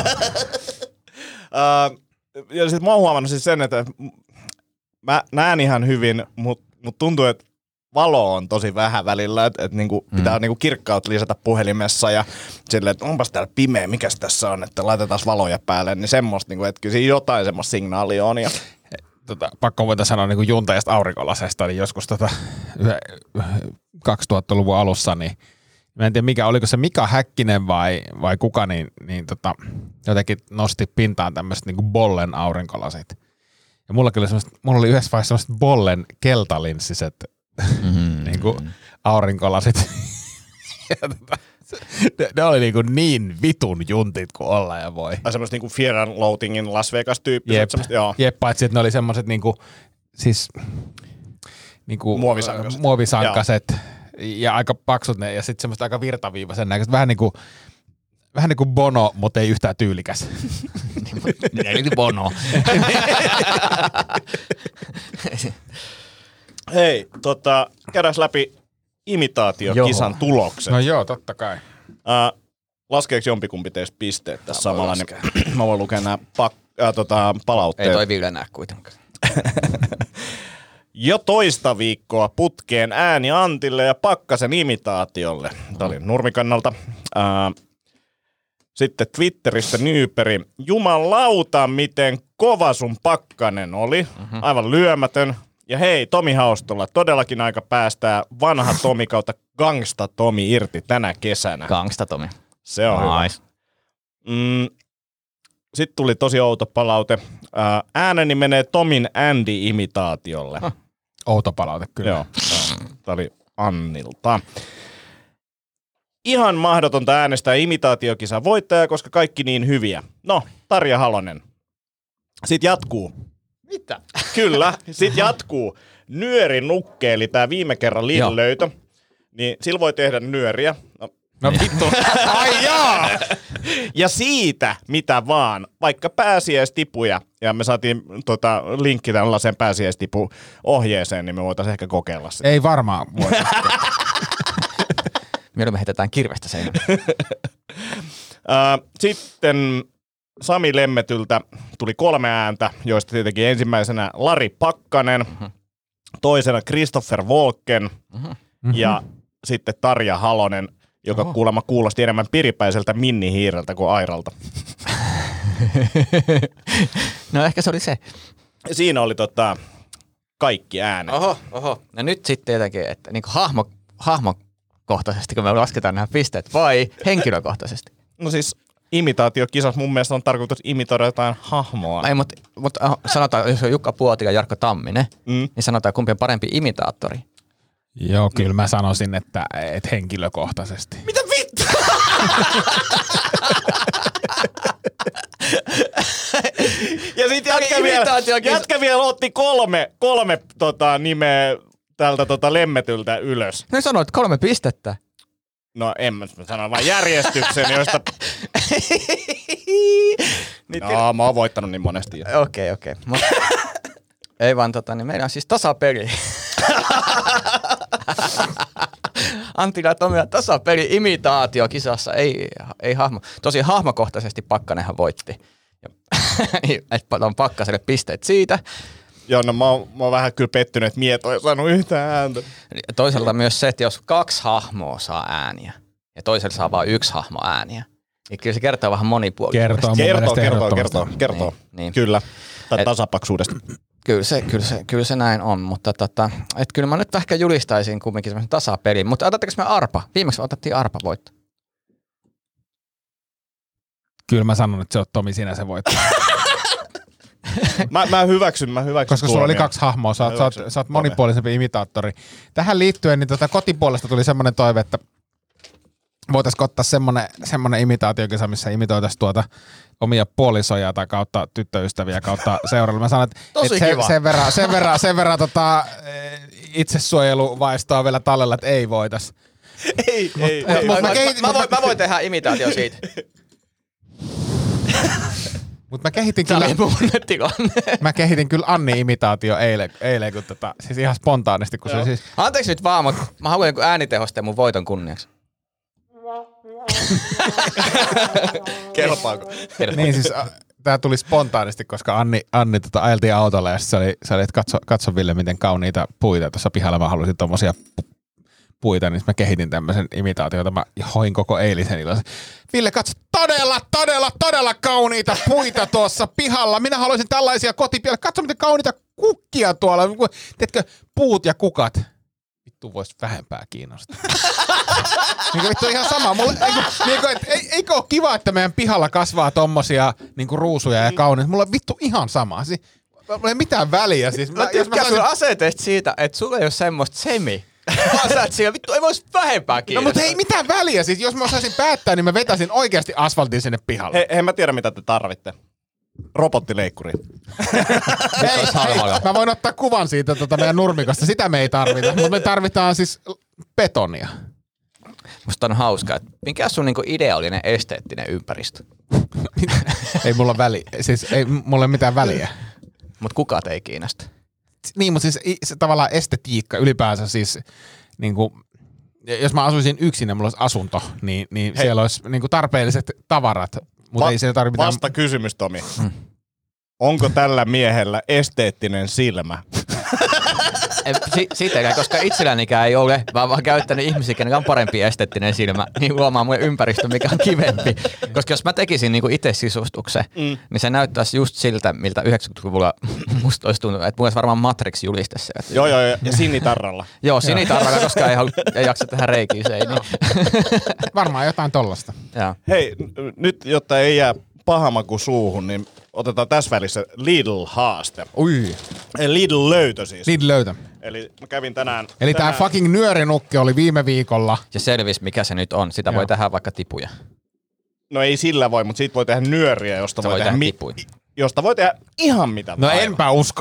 ja sitten mä oon huomannut siis sen, että mä näen ihan hyvin, mutta mut tuntuu, että valo on tosi vähän välillä, että et niinku Mm. pitää niinku kirkkautta lisätä puhelimessa ja silleen, että onpas täällä pimeä, mikäs tässä on, että laitetaan valoja päälle, niin semmoista, niinku, että kyllä siinä jotain semmoista signaalia on. Ja... Tota, pakko voida sanoa niin kuin juntajasta aurinkolasesta, niin joskus tota, kaksituhattaluvun alussa, niin mä en tiedä mikä, oliko se Mika Häkkinen vai, vai kuka, niin, niin tota, jotenkin nosti pintaan tämmöiset niin kuin Bollen aurinkolasit. Ja mullakin oli semmoiset, mulla oli yhdessä vaiheessa semmoiset Bollen keltalinssiset Mm-hmm. niin kuin aurinkolasit. Ja tota, ne, ne oli niin, kuin niin vitun juntit kuin olla ja voi. Tai semmoista niinku Fear and Loathingin Las Vegas-tyyppiset. Jep, semmoista, joo. Jep, paitsi että ne oli semmoiset niinku, siis niinku, Muovisankaset. muovisankaset ja aika paksut ne ja sitten semmoista aika virtaviivaisen näköistä. Vähän niinku, vähän niinku Bono, mutta ei yhtään tyylikäs. Eli Bono. Hei, tota, käydään läpi imitaatiokisan Joo. tulokset. No joo, totta kai. Uh, laskeeko jompikumpi teistä pisteet tässä samalla? Niin mä voin lukea nämä pak- äh, tota, palautteet. Ei toi Ville näe kuitenkaan. Jo toista viikkoa putkeen ääni Antille ja Pakkasen imitaatiolle. Tämä oli Nurmikannalta. Uh, sitten Twitterissä Nyyperi. Jumalauta, miten kova sun Pakkanen oli. Mm-hmm. Aivan lyömätön. Ja hei, Tomi Haustola, todellakin aika päästää vanha Tomi kautta Gangsta Tomi irti tänä kesänä. Gangsta Tomi. Se on nice. hyvä. Mm, sitten tuli tosi outo palaute. Ää, ääneni menee Tomin Andy-imitaatiolle. Huh. Outo palaute kyllä. Joo, tämä oli Annilta. Ihan mahdotonta äänestää imitaatiokisan voittajaa, koska kaikki niin hyviä. No, Tarja Halonen. Sitten jatkuu. Mitä? Kyllä, sitten jatkuu. Nyöri nukke, eli tämä viime kerran Lidl löytö. Niin sillä voi tehdä nyöriä. No, No vittu. Ai jaa! Ja siitä mitä vaan, vaikka pääsiäistipuja, ja me saatiin tota, linkki tällaiseen pääsiäistipu-ohjeeseen, niin me voitaisiin ehkä kokeilla sitä. Ei varmaan voi. Mieluummin heitetään kirvestä seinään. Sitten Sami Lemmetyltä tuli kolme ääntä, joista tietenkin ensimmäisenä Lari Pakkanen, mm-hmm. toisena Christopher Walken mm-hmm. ja sitten Tarja Halonen, joka Oho. kuulemma kuulosti enemmän piripäiseltä Minni Hiireltä kuin Airalta. No ehkä se oli se. Siinä oli tota, kaikki äänet. Oho, oho. No nyt sitten tietenkin, että niin hahmo, hahmokohtaisesti, kun me lasketaan nämä pisteet, vai henkilökohtaisesti? No siis imitaatiokisassa mun mielestä on tarkoitus imitoida jotain hahmoa. Ei, mutta, mutta sanotaan, jos on Jukka Puoti ja Jarkko Tamminen, mm. niin sanotaan, kumpi on parempi imitaattori. Joo, kyllä mä sanoisin, että et henkilökohtaisesti. Mitä vittu? Ja sit jätkä vielä, jätkä vielä otti kolme, kolme tota, nimeä tältä tota, Lemmetyltä ylös. No sanoit kolme pistettä. No en mä sano vaan järjestyksen, josta... no, mä oon voittanut niin monesti. Okei, okei. Okay, okay. Ei vaan tota, niin meillä on siis tasapeli. Antila ja Tomia tasapeli imitaatiokisassa, ei, ei hahmo. Tosi hahmokohtaisesti Pakkanenhan voitti. Että on Pakkaselle pisteet siitä. Joo, no mä oon, mä oon vähän kyllä pettynyt, että Mieto ei saanut yhtään ääntä. Toisaalta myös se, että jos kaksi hahmoa saa ääniä ja toisella saa vain yksi hahmo ääniä, niin kyllä se kertoo vähän monipuolisuudesta. Kertoo, kertoo, kertoo, kertoo, kertoo. Niin, niin. Kyllä, tai et, tasapaksuudesta. Kyllä se, kyllä, se, kyllä se näin on, mutta tota, et kyllä mä nyt ehkä julistaisin kumminkin semmoisen tasapelin. Mutta otatteko me Arpa? Viimeksi otettiin Arpa voitto. Kyllä mä sanon, että se on Tomi sinä se voitto. mä, mä hyväksyn, mä hyväksyn. Koska sulla oli kaksi hahmoa, sä oot, sä oot, sä oot monipuolisempi imitaattori. Tähän liittyen niin tota kotipuolesta tuli semmoinen toive, että voitaisiin ottaa semmoinen, semmoinen imitaatiokisa, missä imitoitaisiin tuota omia puolisoja tai kautta tyttöystäviä kautta seuralla. Mä sanon, että et se, sen verran, sen verran, sen verran tota, itsesuojeluvaistoa vielä tallella, että ei voitais. Ei, mut, ei. Mut, ei. mä, mä, mä, mä, voin, mä voin tehdä imitaatio siitä. Mutta mä kehitin kyllä, mä kehitin kyllä Anni-imitaatio eilen, eilen kun tota, siis ihan spontaanisti. Kun se siis... Anteeksi nyt vaan, mutta mä haluan joku äänitehosteen mun voiton kunniaksi. Kelpaako? Niin siis tää tuli spontaanisti, koska Anni, Anni tota, ajeltiin autolla ja se oli, se oli että katso, katso Ville, miten kauniita puita tuossa pihalla. Mä halusin tommosia puita, niin mä kehitin tämmöisen imitaation, jota mä hoin koko eilisen illan. Ville, katso, todella, todella, todella kauniita puita tuossa pihalla. Minä haluaisin tällaisia kotipihalle. Katso, miten kauniita kukkia tuolla. Tiedätkö, puut ja kukat. Vittu vois vähempää kiinnostaa. Niin vittu ihan sama. Mulle, eikö, niin et, eikö ole kiva, että meidän pihalla kasvaa tommosia niin ruusuja ja kauniita? Mulla on vittu ihan sama. Siis, mulla ei mitään väliä. Siis, mä tykkään sun asenteesta siitä, että sulla ei ole semmoista semi. Vaan sä et siellä, vittu ei vois vähempää kiinnostaa. No mutta ei mitään väliä. Siis jos mä osaisin päättää, niin mä vetäisin oikeasti asfaltin sinne pihalle. Hei, hei mä tiedän mitä te tarvitte. Robottileikkuri. ei, ei, mä voin ottaa kuvan siitä tota meidän nurmikosta. Sitä me ei tarvita. Mutta me tarvitaan siis betonia. Musta on hauskaa, että mikä on sun niinku ideaalinen esteettinen ympäristö? ei mulla väliä. Siis ei mulla ole mitään väliä. Mut kukat ei kiinnosta. Niin, mutta siis se, tavallaan estetiikka ylipäänsä siis, niin kuin, jos mä asuisin yksin ja mulla olisi asunto, niin, niin siellä olisi niin kuin tarpeelliset tavarat, mutta Va- ei siellä tarvitse mitään... Vasta kysymys, Tomi. Hmm. Onko tällä miehellä esteettinen silmä? Si- siitä ei, koska itsellänikään ei ole, vaan vaan käyttänyt ihmisiä, kenellä on parempi esteettinen silmä, niin luomaan mun ympäristö, mikä on kivempi. Koska jos mä tekisin niinku itse sisustuksen, mm. niin se näyttäisi just siltä, miltä yhdeksänkymmentäluvulla musta olisi tuntunut, että mulla olisi varmaan Matrix-juliste se. Että... Joo, joo, joo, ja sinitarralla. Joo, sinitarralla, koska ei, halu, ei jaksa tehdä reikiä seiniin. Varmaan jotain tollasta. Hei, n- nyt jotta ei jää paha maku suuhun, niin otetaan tässä välissä Lidl-haaste. Ui. Lidl löytö siis. Lidl löytö. Eli mä kävin tänään... Eli tänään... tää fucking nyörinukke oli viime viikolla. Ja selvisi, mikä se nyt on. Sitä Joo. voi tehdä vaikka tipuja. No ei sillä voi, mutta siitä voi tehdä nyöriä, josta voi, voi tehdä, mi- tipuja. Josta voi tehdä ihan mitä No vaan. enpä usko.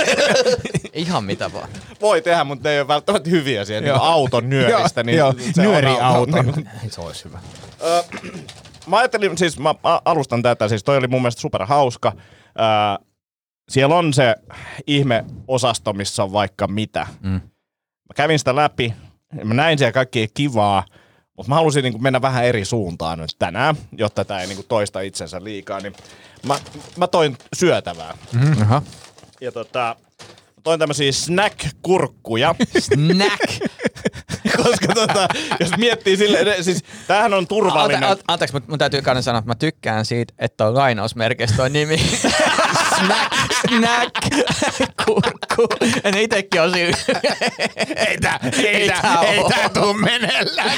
Ihan mitä vaan. Voi tehdä, mutta ne ei ole välttämättä hyviä siihen niin auton nyöristä. Niin Joo, nyöriauto. Se olisi hyvä. Ö, mä ajattelin, siis mä alustan tätä, siis toi oli mun mielestä superhauska. Ö, siellä on se ihme-osasto, missä on vaikka mitä. Mm. Mä kävin sitä läpi, mä näin siellä kaikkea kivaa, Mutta mä halusin niinku mennä vähän eri suuntaan nyt tänään, jotta tää ei niinku toista itsensä liikaa. Niin mä, mä toin syötävää. Mm-hmm. Uh-huh. Ja tota, toin tämmösiä snack-kurkkuja. Snack! Koska tota, jos miettii silleen, siis tämähän on turvallinen. Ante, anteeksi, mutta mun täytyy kai sanoa, että mä tykkään siitä, että on lainausmerkeissä toi nimi. Snack, snack, kurkku. Ja ne itekin on siinä. Ei tää, ei tää, ei tää tuu meneillään.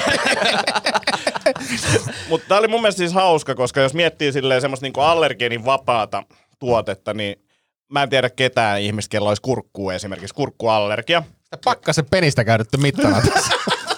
Mutta tää oli mun mielestä siis hauska, koska jos miettii silleen semmoista niinku allergeenin vapaata tuotetta, niin mä en tiedä ketään ihmistä, kello olisi kurkkua esimerkiksi, kurkkuallergia. Sitä pakkasen penistä käytetty mittana tässä.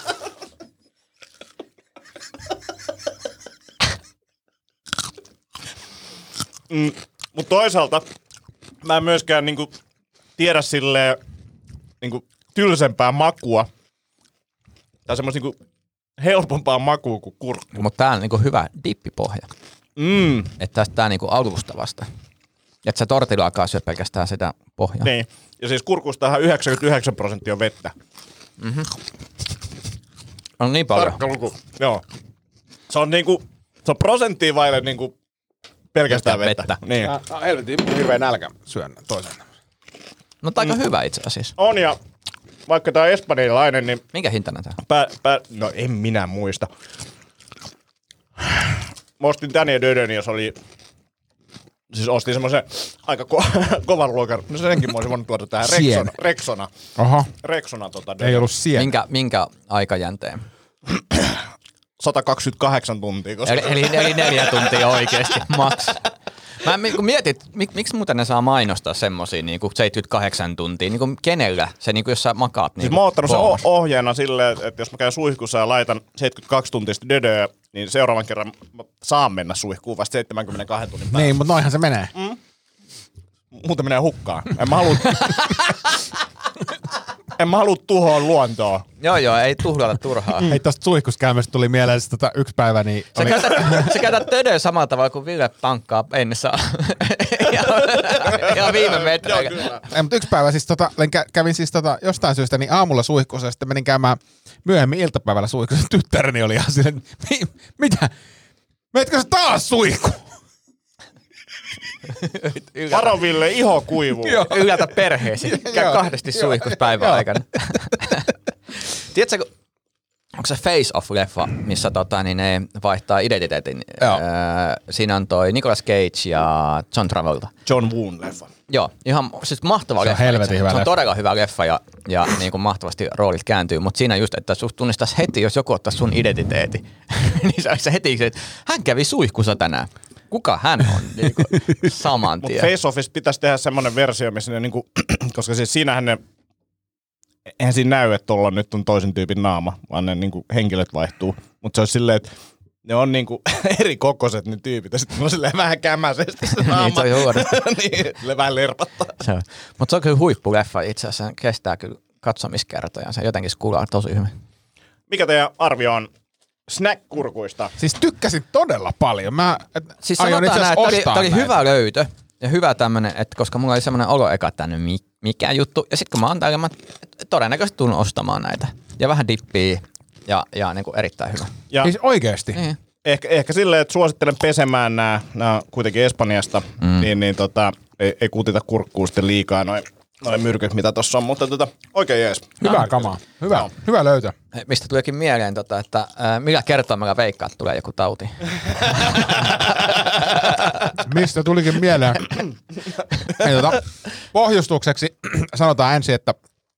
Mm, mutta toisaalta mä en myöskään niinku tiedä silleen niinku tylsempää makua tai semmoista niinku helpompaa makua kuin kurkku. Mutta tää on niinku hyvä dippipohja. Mm. Että tästä tää niinku alustavasta. Että sä tortillaakaan syö pelkästään sitä pohjaa. Niin. Ja siis kurkustahan yhdeksänkymmentäyhdeksän prosenttia on vettä. Mm-hmm. On niin paljon. Tarkka luku. Joo. Se on niinku, se on prosenttia vaille niinku pelkästään vettä. vettä. Niin. Ah, helvetin hirveä nälkä syön toisen. No aika mm. hyvä itse asiassa. On ja vaikka tää on espanjalainen, niin... Minkä hintainen tää? Pä, pä, no en minä muista. Mä ostin tän ja Dödön, jos oli... Siis ostin semmoisen aika ko- kovan luokan. No senkin mä olisin voinut tuoda tähän Rexona. Rexona. Oho. Rexona tota Ei ollut sien. Minkä, minkä aikajänteen? sata kaksikymmentäkahdeksan tuntia. Koska... Eli, eli, eli neljä tuntia oikeesti, maks. Mä kun mietit, mik, miksi muuten ne saa mainostaa semmosia niinku seitsemänkymmentäkahdeksan tuntia, niinku kenellä se niinku jos sä makaat Siis niinku mä oon ottanut sen o- ohjeena silleen, että jos mä käyn suihkussa ja laitan seitsemänkymmentäkaksi tuntista dödöä, niin seuraavan kerran mä saan mennä suihkuun vasta seitsemänkymmentäkaksi tunnin päästä. Niin, mutta noinhan se menee. Mm. Muuten menee hukkaan. En mä halua... en mä halua tuhoa luontoa. Joo joo, ei tuhlata turhaa. Hei, tosta suihkuskäymästä tuli mieleen siis tota yksi päivä, niin... Sä oli... käytät, sä käytät tödöä samalla tavalla kuin Ville pankkaa ennessä. ja, ja viime metreillä. Ei, mutta yksi päivä siis tota, kä- kävin siis tota, jostain syystä niin aamulla suihkussa ja sitten menin käymään myöhemmin iltapäivällä suihkussa. Tyttäreni oli ihan silleen, mi- mitä? Meetkö sä taas suihku? Varo Ville, iho kuivuu. Yllätä perheesi. Käy kahdesti suihkus päivän aikana. Tiedätkö, onko se Face Off-leffa, missä tota, niin ne vaihtaa identiteetin? Öö, siinä on toi Nicolas Cage ja John Travolta. John Woon leffa. Joo, ihan siis mahtava se leffa. On helvetin hyvä se on leffa. todella hyvä leffa ja, ja niin kuin mahtavasti roolit kääntyy, mutta siinä just, että susta tunnistaisi heti, jos joku ottaa sun identiteetin, niin se olisi heti, että hän kävi suihkussa tänään. Kuka hän on? Niin kuin saman tien. Mutta Face Offista pitäisi tehdä semmoinen versio, missä ne niinku, koska siis siinähän ne, eihän siinä näy, että tuolla nyt on toisen tyypin naama, vaan ne niinku henkilöt vaihtuu. Mutta se olisi silleen, että ne on niinku eri kokoiset ne tyypit, ja sitten on silleen vähän kämäisesti se naama. Niin, se on huonosti. Niin, vähän lerpattaa. Se on. Mutta se on kyllä huippuleffa itse asiassa, kestää kyllä katsomiskertoja, se jotenkin kuulaa tosi hyvin. Mikä teidän arvio on snack-kurkuista? Siis tykkäsin todella paljon. Mä Siis aion itse sanotaan näin, asiassa että tämä ostaa oli, näitä. hyvä löytö ja hyvä tämmönen, että koska mulla oli semmoinen olo eka, että tänne mikä juttu. Ja sitten kun mä oon täällä, mä todennäköisesti tulen ostamaan näitä. Ja vähän dippiä ja, ja niin kuin erittäin hyvä. Ja Siis oikeesti. Niin. ehkä, ehkä silleen, että suosittelen pesemään nämä, nämä kuitenkin Espanjasta, mm. niin, niin tota, ei, ei kutita kurkkuun sitten liikaa noin noi myrkyt, mitä tossa on, mutta tota, oikein jees. Hyvää No. kamaa. Hyvä, No. hyvä löytö. Mistä tulikin mieleen, tota, että ää, millä kertaa meillä veikkaa, että tulee joku tauti. Mistä tulikin mieleen? Hei, tota, pohjustukseksi sanotaan ensin, että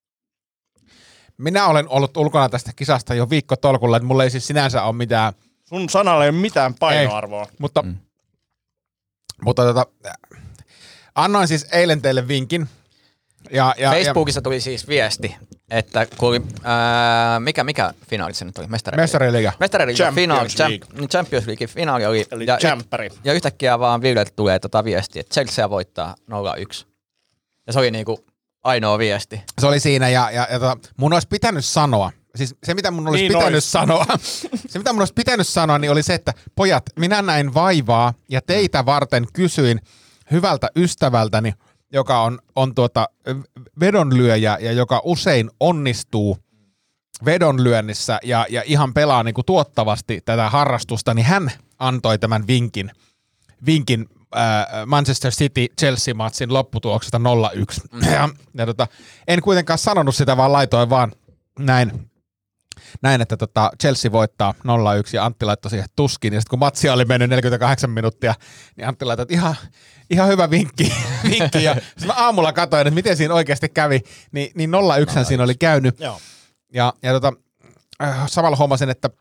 minä olen ollut ulkona tästä kisasta jo viikko tolkulla, että mulla ei siis sinänsä ole mitään, Sun sanalla ei ole mitään painoarvoa. mutta, mm. mutta tota, annoin siis eilen teille vinkin. Ja, ja, Facebookissa tuli siis viesti, että kun oli, ää, mikä, mikä finaali se nyt oli? Mestariliiga. Mestariliiga. Mestariliiga Champions finaali, League. Champ, Champions League finaali oli. Eli ja, champpari. ja yhtäkkiä vaan Villeltä tulee tota viestiä, että Chelsea voittaa nolla yksi. Ja se oli niinku ainoa viesti. Se oli siinä ja, ja, ja tota, mun olisi pitänyt sanoa, siis se mitä mun olisi Niin pitänyt ois. sanoa, se mitä mun olisi pitänyt sanoa, niin oli se, että pojat, minä näin vaivaa ja teitä varten kysyin hyvältä ystävältäni, joka on, on tuota vedonlyöjä ja joka usein onnistuu vedonlyönnissä ja, ja ihan pelaa niin kuin tuottavasti tätä harrastusta, niin hän antoi tämän vinkin, vinkin äh, Manchester City-Chelsea-matsin lopputuloksesta nolla yksi. Mm. Ja, ja tota, en kuitenkaan sanonut sitä, vaan laitoin vaan näin, näin että tota Chelsea voittaa nolla yksi ja Antti laittoi siihen tuskin. Ja sitten kun matsia oli mennyt neljäkymmentäkahdeksan minuuttia, niin Antti laittoi, että ihan, ihan hyvä vinkki. vinkki. Ja sitten mä aamulla katsoin, että miten siinä oikeasti kävi, niin, niin nolla yksi siinä oli käynyt. Joo. Ja, ja tota, äh, samalla huomasin, että,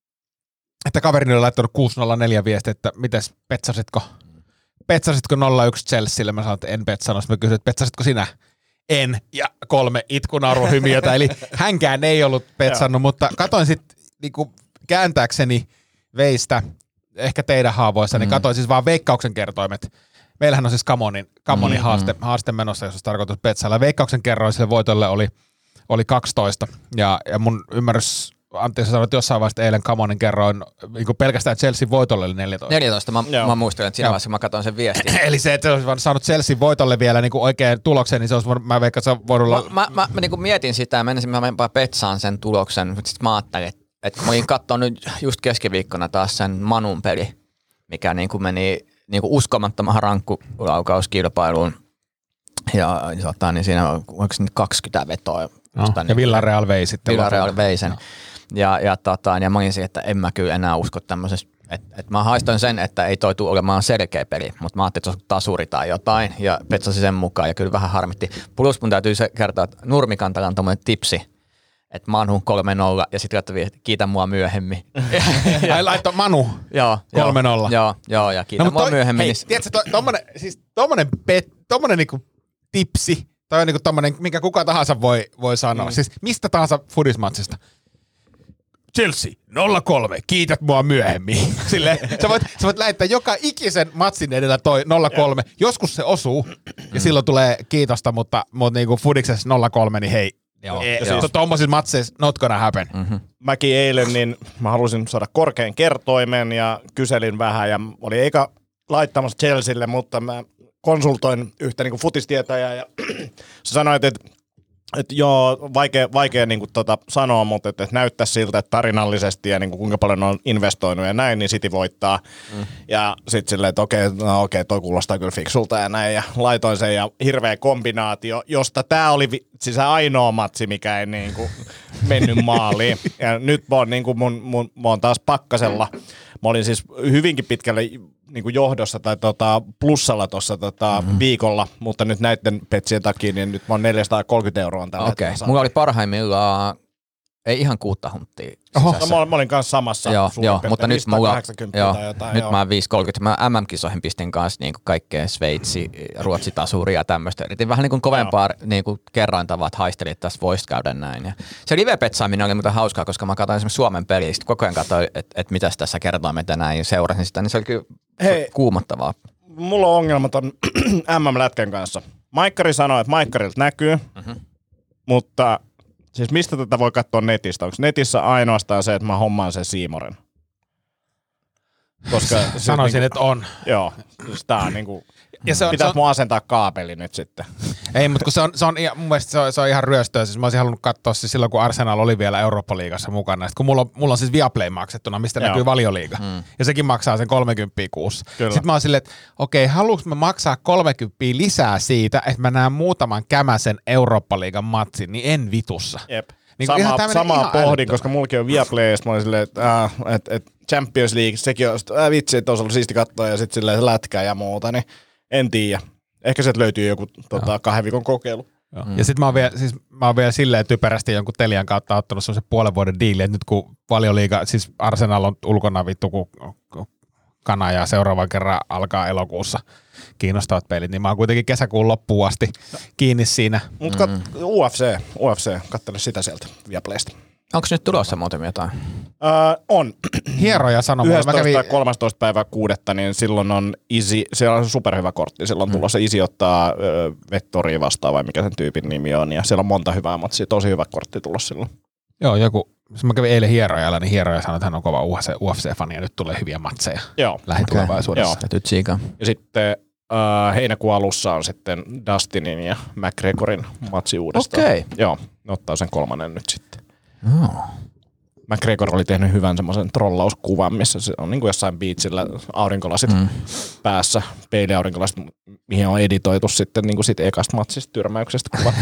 että kaverini oli laittanut kuusi nolla neljä viestiä, että mites petsasitko, petsasitko nolla yksi Chelsealle? Mä sanoin, että en petsannut. Sitten mä kysyin, että petsasitko sinä? En. Ja kolme itkunauruhymiötä. Eli hänkään ei ollut petsannut, mutta katoin sitten niinku kääntääkseni veistä, ehkä teidän haavoissa, niin katoin siis vaan Veikkauksen kertoimet. Meillähän on siis Kamonin, Kamonin mm, haaste, mm. haaste menossa, jos olisi tarkoitus petsailla. Veikkauksen kerroin sille voitolle oli oli kaksitoista, ja, ja mun ymmärrys, Antti sanoi, että jossain vaiheessa eilen Kamonin kerroin, niin kuin pelkästään Chelsea voitolle oli neljätoista. neljätoista, mä, mä muistelen, että siinä vaiheessa mä katsoin sen viestin. Eli se, että se olisi saanut Chelsea voitolle vielä niin kuin oikein tuloksen, niin se olisi, mä veikkaan, että se on voinut olla... Mä, mä, mä, mä niin kuin mietin sitä, ja menisin mä menipä petsaan sen tuloksen, mutta sitten mä ajattelin, että, että mä olin katsoa nyt just keskiviikkona taas sen Manun peli, mikä niin kuin meni niin kuin uskomattomahan rankkulauskauskilpailuun, ja tota, niin siinä on kaksikymmentä vetoa. No, ja niin, Villarreal vei sitten. Villarreal vei sen. No. Ja, ja, tota, ja mä olin siihen, että en mä kyllä enää usko tämmöisessä. Että et mä haistoin sen, että ei toi tule olemaan selkeä peli, mutta mä ajattelin, että se on tasuri tai jotain, ja petsasin sen mukaan, ja kyllä vähän harmitti. Plus mun täytyy se kertoa, että Nurmikantalla on tommoinen tipsi, että Manu kolme nolla, ja sitten laittoi, että kiitä mua myöhemmin. Ai laittoi Manu kolme nolla. Joo, joo, ja kiitä no, mua toi, myöhemmin. Hei, niin... tiedätkö, to, tommonen, siis tommonen, pet, tommonen niinku tipsi, toi on niinku tommonen, minkä kuka tahansa voi, voi sanoa. Mm. Siis mistä tahansa fudismatsista. Chelsea, nolla kolme, kiität mua myöhemmin. Silleen, sä, voit, sä voit lähettää joka ikisen matsin edellä toi nolla kolme. Joskus se osuu, ja silloin tulee kiitosta, mutta, mutta niinku fudiksessa nolla kolme, niin hei. Joo. E, siis tuommoisissa matseissa not gonna happen. Mm-hmm. Mäkin eilen, niin mä halusin saada korkean kertoimen, ja kyselin vähän, ja oli eikä laittamassa Chelsealle, mutta mä konsultoin yhtä niin kuin futistietäjää, ja sä sanoit, että et joo, vaikea, vaikea niin kuin tota sanoa, mutta että et näyttää siltä, että tarinallisesti ja niin kuin kuinka paljon on investoinut ja näin, niin City voittaa. Mm. Ja sitten silleen, että okei, no okei, toi kuulostaa kyllä fiksulta ja näin. Ja laitoin sen ja hirveä kombinaatio, josta tää oli vi- siis ainoa matsi, mikä ei niin kuin mennyt maaliin. Ja nyt mä oon, niin kuin mun, mun, mä oon taas pakkasella. Mä olin siis hyvinkin pitkälle niin kuin johdossa tai tota, plussalla tuossa tota, mm-hmm. viikolla, mutta nyt näiden petsien takia, niin nyt mä oon neljäsataakolmekymmentä euroa tällä okay. hetkellä. Mulla oli parhaimmillaan, ei ihan kuutta hunttia. Oho. No, mä olin kanssa samassa joo, joo, mutta nyt mulla, joo, tai jotain, nyt joo. mä oon viisi kolmekymmentä. Mä M M-kisoihin pistin kanssa niin kaikkea Sveitsi, Ruotsi-tasuri ja tämmöistä. Yritin vähän niin kuin kovempaa niin kuin kerrointavaa, että haistelin, että tässä voisi käydä näin. Ja se live-petsaaminen oli muuten hauskaa, koska mä katsoin esimerkiksi Suomen peliä, sitten koko ajan katsoin, että, että mitäs tässä kertoimet näin, ja seurasin sitä, niin se oli kyllä Hei, kuumottavaa. Mulla on ongelma ton M M-lätkän kanssa. Maikkari sanoi, että Maikkarilta näkyy, mm-hmm. mutta siis mistä tätä voi katsoa netistä? Onko netissä ainoastaan se, että mä hommaan sen Siimoren? Koska sanoisin, niinku, että on. Joo, siis tää on niinku... Ja se on, pitäis se on, mun asentaa kaapeli nyt sitten. Ei, mutta kun se on, se on mun mielestä se on, se on ihan ryöstöä. Siis mä olisin halunnut katsoa siis silloin, kun Arsenal oli vielä Eurooppa-liigassa mukana. Sitten kun mulla on, mulla on siis Viaplay maksettuna, mistä Joo. näkyy Valioliiga. Mm. Ja sekin maksaa sen kolmekymmentä kuussa. Kyllä. Sitten mä oon silleen, että okei, haluanko mä maksaa kolmekymmentä lisää siitä, että mä näen muutaman kämäsen Eurooppa-liigan matsin, niin en vitussa. Jep. Niin samaa samaa pohdin, koska mullakin on Viaplay, ja mä olin silleen, että äh, et, et Champions League, sekin on, äh, vitsi, että olisi ollut siisti katsoa, ja sitten silleen lätkää ja muuta, niin en tiedä. Ehkä sieltä löytyy joku tota, kahden viikon kokeilu. Mm. Ja sitten mä oon vielä, siis mä oon vielä silleen typerästi jonkun Telian kautta ottanut semmoisen puolen vuoden diili, että nyt kun Valioliiga, siis Arsenal on ulkona vittu, kun kana ja seuraavan kerran alkaa elokuussa kiinnostavat pelit, niin mä oon kuitenkin kesäkuun loppuun asti kiinni siinä. Mutta mm. U F C, U F C, katsele sitä sieltä Viaplaysta. Onko nyt tulossa muuten jotain? Öö, on. Hieroja sanoo. yhdestoista kävin... kolmastoista päivä kuudetta, niin silloin on Easy, se on superhyvä kortti. Silloin on mm. tulossa Easy ottaa ö, Vettoria vastaan, vai mikä sen tyypin nimi on. Ja siellä on monta hyvää matsia, tosi hyvä kortti tulossa silloin. Joo, joku, mä kävin eilen Hierojalla, niin Hieroja sanoi, että hän on kova U F C-fani ja nyt tulee hyviä matseja Joo. lähitulevaisuudessa. Okay. Ja sitten äh, heinäkuun alussa on sitten Dustinin ja McGregorin matsi uudestaan. Okei. Okay. Joo, ne ottaa sen kolmannen nyt sitten. Oh. McGregor oli tehnyt hyvän semmoisen trollauskuvan, missä se on niin kuin jossain beachillä aurinkolasit mm. päässä, peiliaurinkolasit, mihin on editoitu sitten niin kuin siitä ekasta matsista tyrmäyksestä kuva.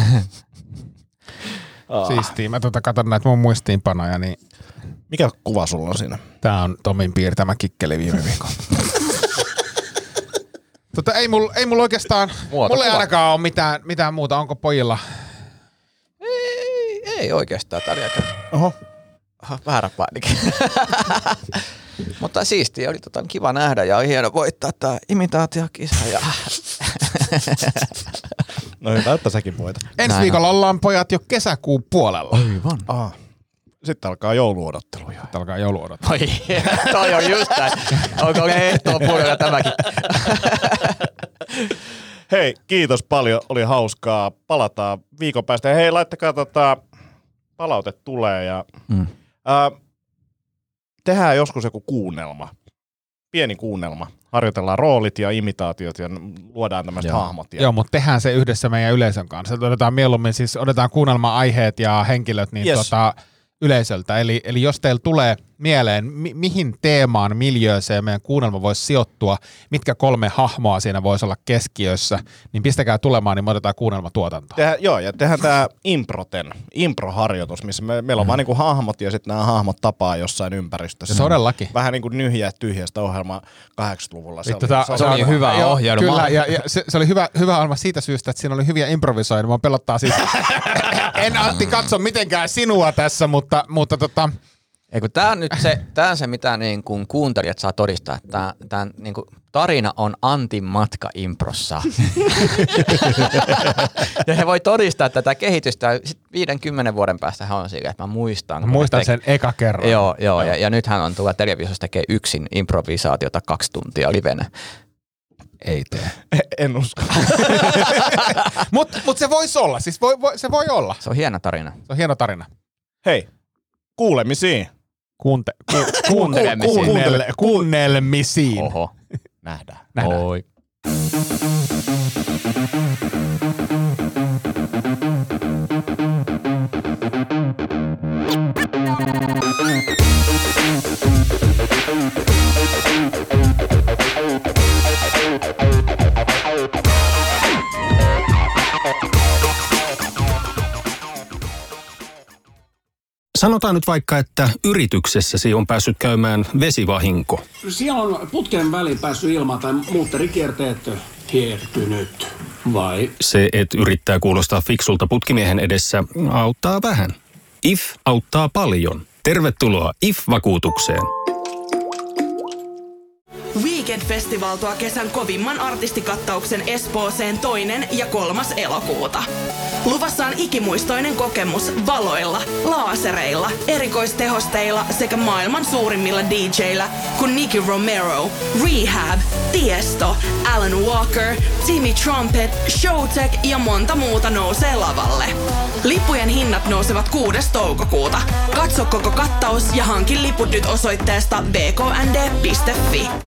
oh. Siistiä. Mä tota katon näitä mun muistiinpanoja, niin... Mikä kuva sulla on siinä? Tää on Tomin piirtämä kikkeli viime viikolla. tota, ei mulla ei mul oikeastaan... Mulla ei ainakaan ole mitään, mitään muuta. Onko pojilla? Ei, ei oikeastaan tarjota. Oho. Aha, väärä painikin. Mutta siistiä, oli tota, kiva nähdä ja on hieno voittaa tää imitaatiokisa. Ja... no hyvä, että säkin voitat. Ensi Näin viikolla on. Ollaan pojat jo kesäkuun puolella. Aivan. Aha. Sitten alkaa jouluodottelu. Sitten alkaa jouluodottelu. Oi, toi on just näin. Onko ehtoon puolella tämäkin? Hei, kiitos paljon. Oli hauskaa. Palataan viikon päästä. Ja hei, laittakaa tota, palaute tulee ja... Mm. Äh, tehdään joskus joku kuunnelma, pieni kuunnelma. Harjoitellaan roolit ja imitaatiot ja luodaan tämmöiset hahmot. Ja... Joo, mutta tehdään se yhdessä meidän yleisön kanssa. Otetaan mieluummin, siis otetaan kuunnelma-aiheet ja henkilöt niin yes. tota, yleisöltä. Eli, eli jos teillä tulee mieleen, mi- mihin teemaan, miljööseen meidän kuunnelma voisi sijoittua, mitkä kolme hahmoa siinä voisi olla keskiössä, niin pistäkää tulemaan, niin me otetaan kuunnelmatuotantoa. Tehdään, joo, ja tehdään tämä improten, improharjoitus, missä me, meillä on mm. vaan niinku hahmot ja sitten nämä hahmot tapaa jossain ympäristössä. Ja todellakin. Vähän niin kuin nyhjää tyhjästä ohjelmaa kahdeksankymmentäluvulla. Se, tota, oli, se, se oli oli hyvä joo, ohjelma. Kyllä, ja, ja se, se oli hyvä, hyvä ohjelma siitä syystä, että siinä oli hyviä improvisoida. Mä pelottaa siis, en Antti katso mitenkään sinua tässä, mutta, mutta tota... Eikö tää on nyt se, tää on se mitä niin kuin kuuntelijat saa todistaa, että tää, tää niin kuin tarina on Antin matka improssa. Ja he voi todistaa tätä kehitystä, sit viidenkymmenen vuoden päästä hän on siinä, että mä muistan. Mä muistan te... sen eka kerran. Joo, joo ja, ja nyt hän on tuolla televisiossa tekee yksin improvisaatiota kaksi tuntia livenä. Ei tee. En usko. Mutta mut se voisi olla, siis voi, voi, se voi olla. Se on hieno tarina. Se on hieno tarina. Hei, kuulemisiin. Kuunte, ku, kuunnelmisiin. Kuunnel, kuunnelmisiin. Oho. Nähdään. Nähdään. Oi. Sanotaan nyt vaikka, että yrityksessäsi on päässyt käymään vesivahinko. Siellä on putken väliin päässyt ilmaan tai muutterikierteet hiertynyt, vai? Se, että yrittää kuulostaa fiksulta putkimiehen edessä, auttaa vähän. I F auttaa paljon. Tervetuloa I F-vakuutukseen. Weekend-festival tuo kesän kovimman artistikattauksen Espooseen toinen ja kolmas elokuuta. Luvassa on ikimuistoinen kokemus valoilla, laasereilla, erikoistehosteilla sekä maailman suurimmilla D J:illä kuin Nicky Romero, Rehab, Tiesto, Alan Walker, Timmy Trumpet, Showtek ja monta muuta nousee lavalle. Lippujen hinnat nousevat kuudes toukokuuta. Katso koko kattaus ja hankin liput nyt osoitteesta b k n d piste f i.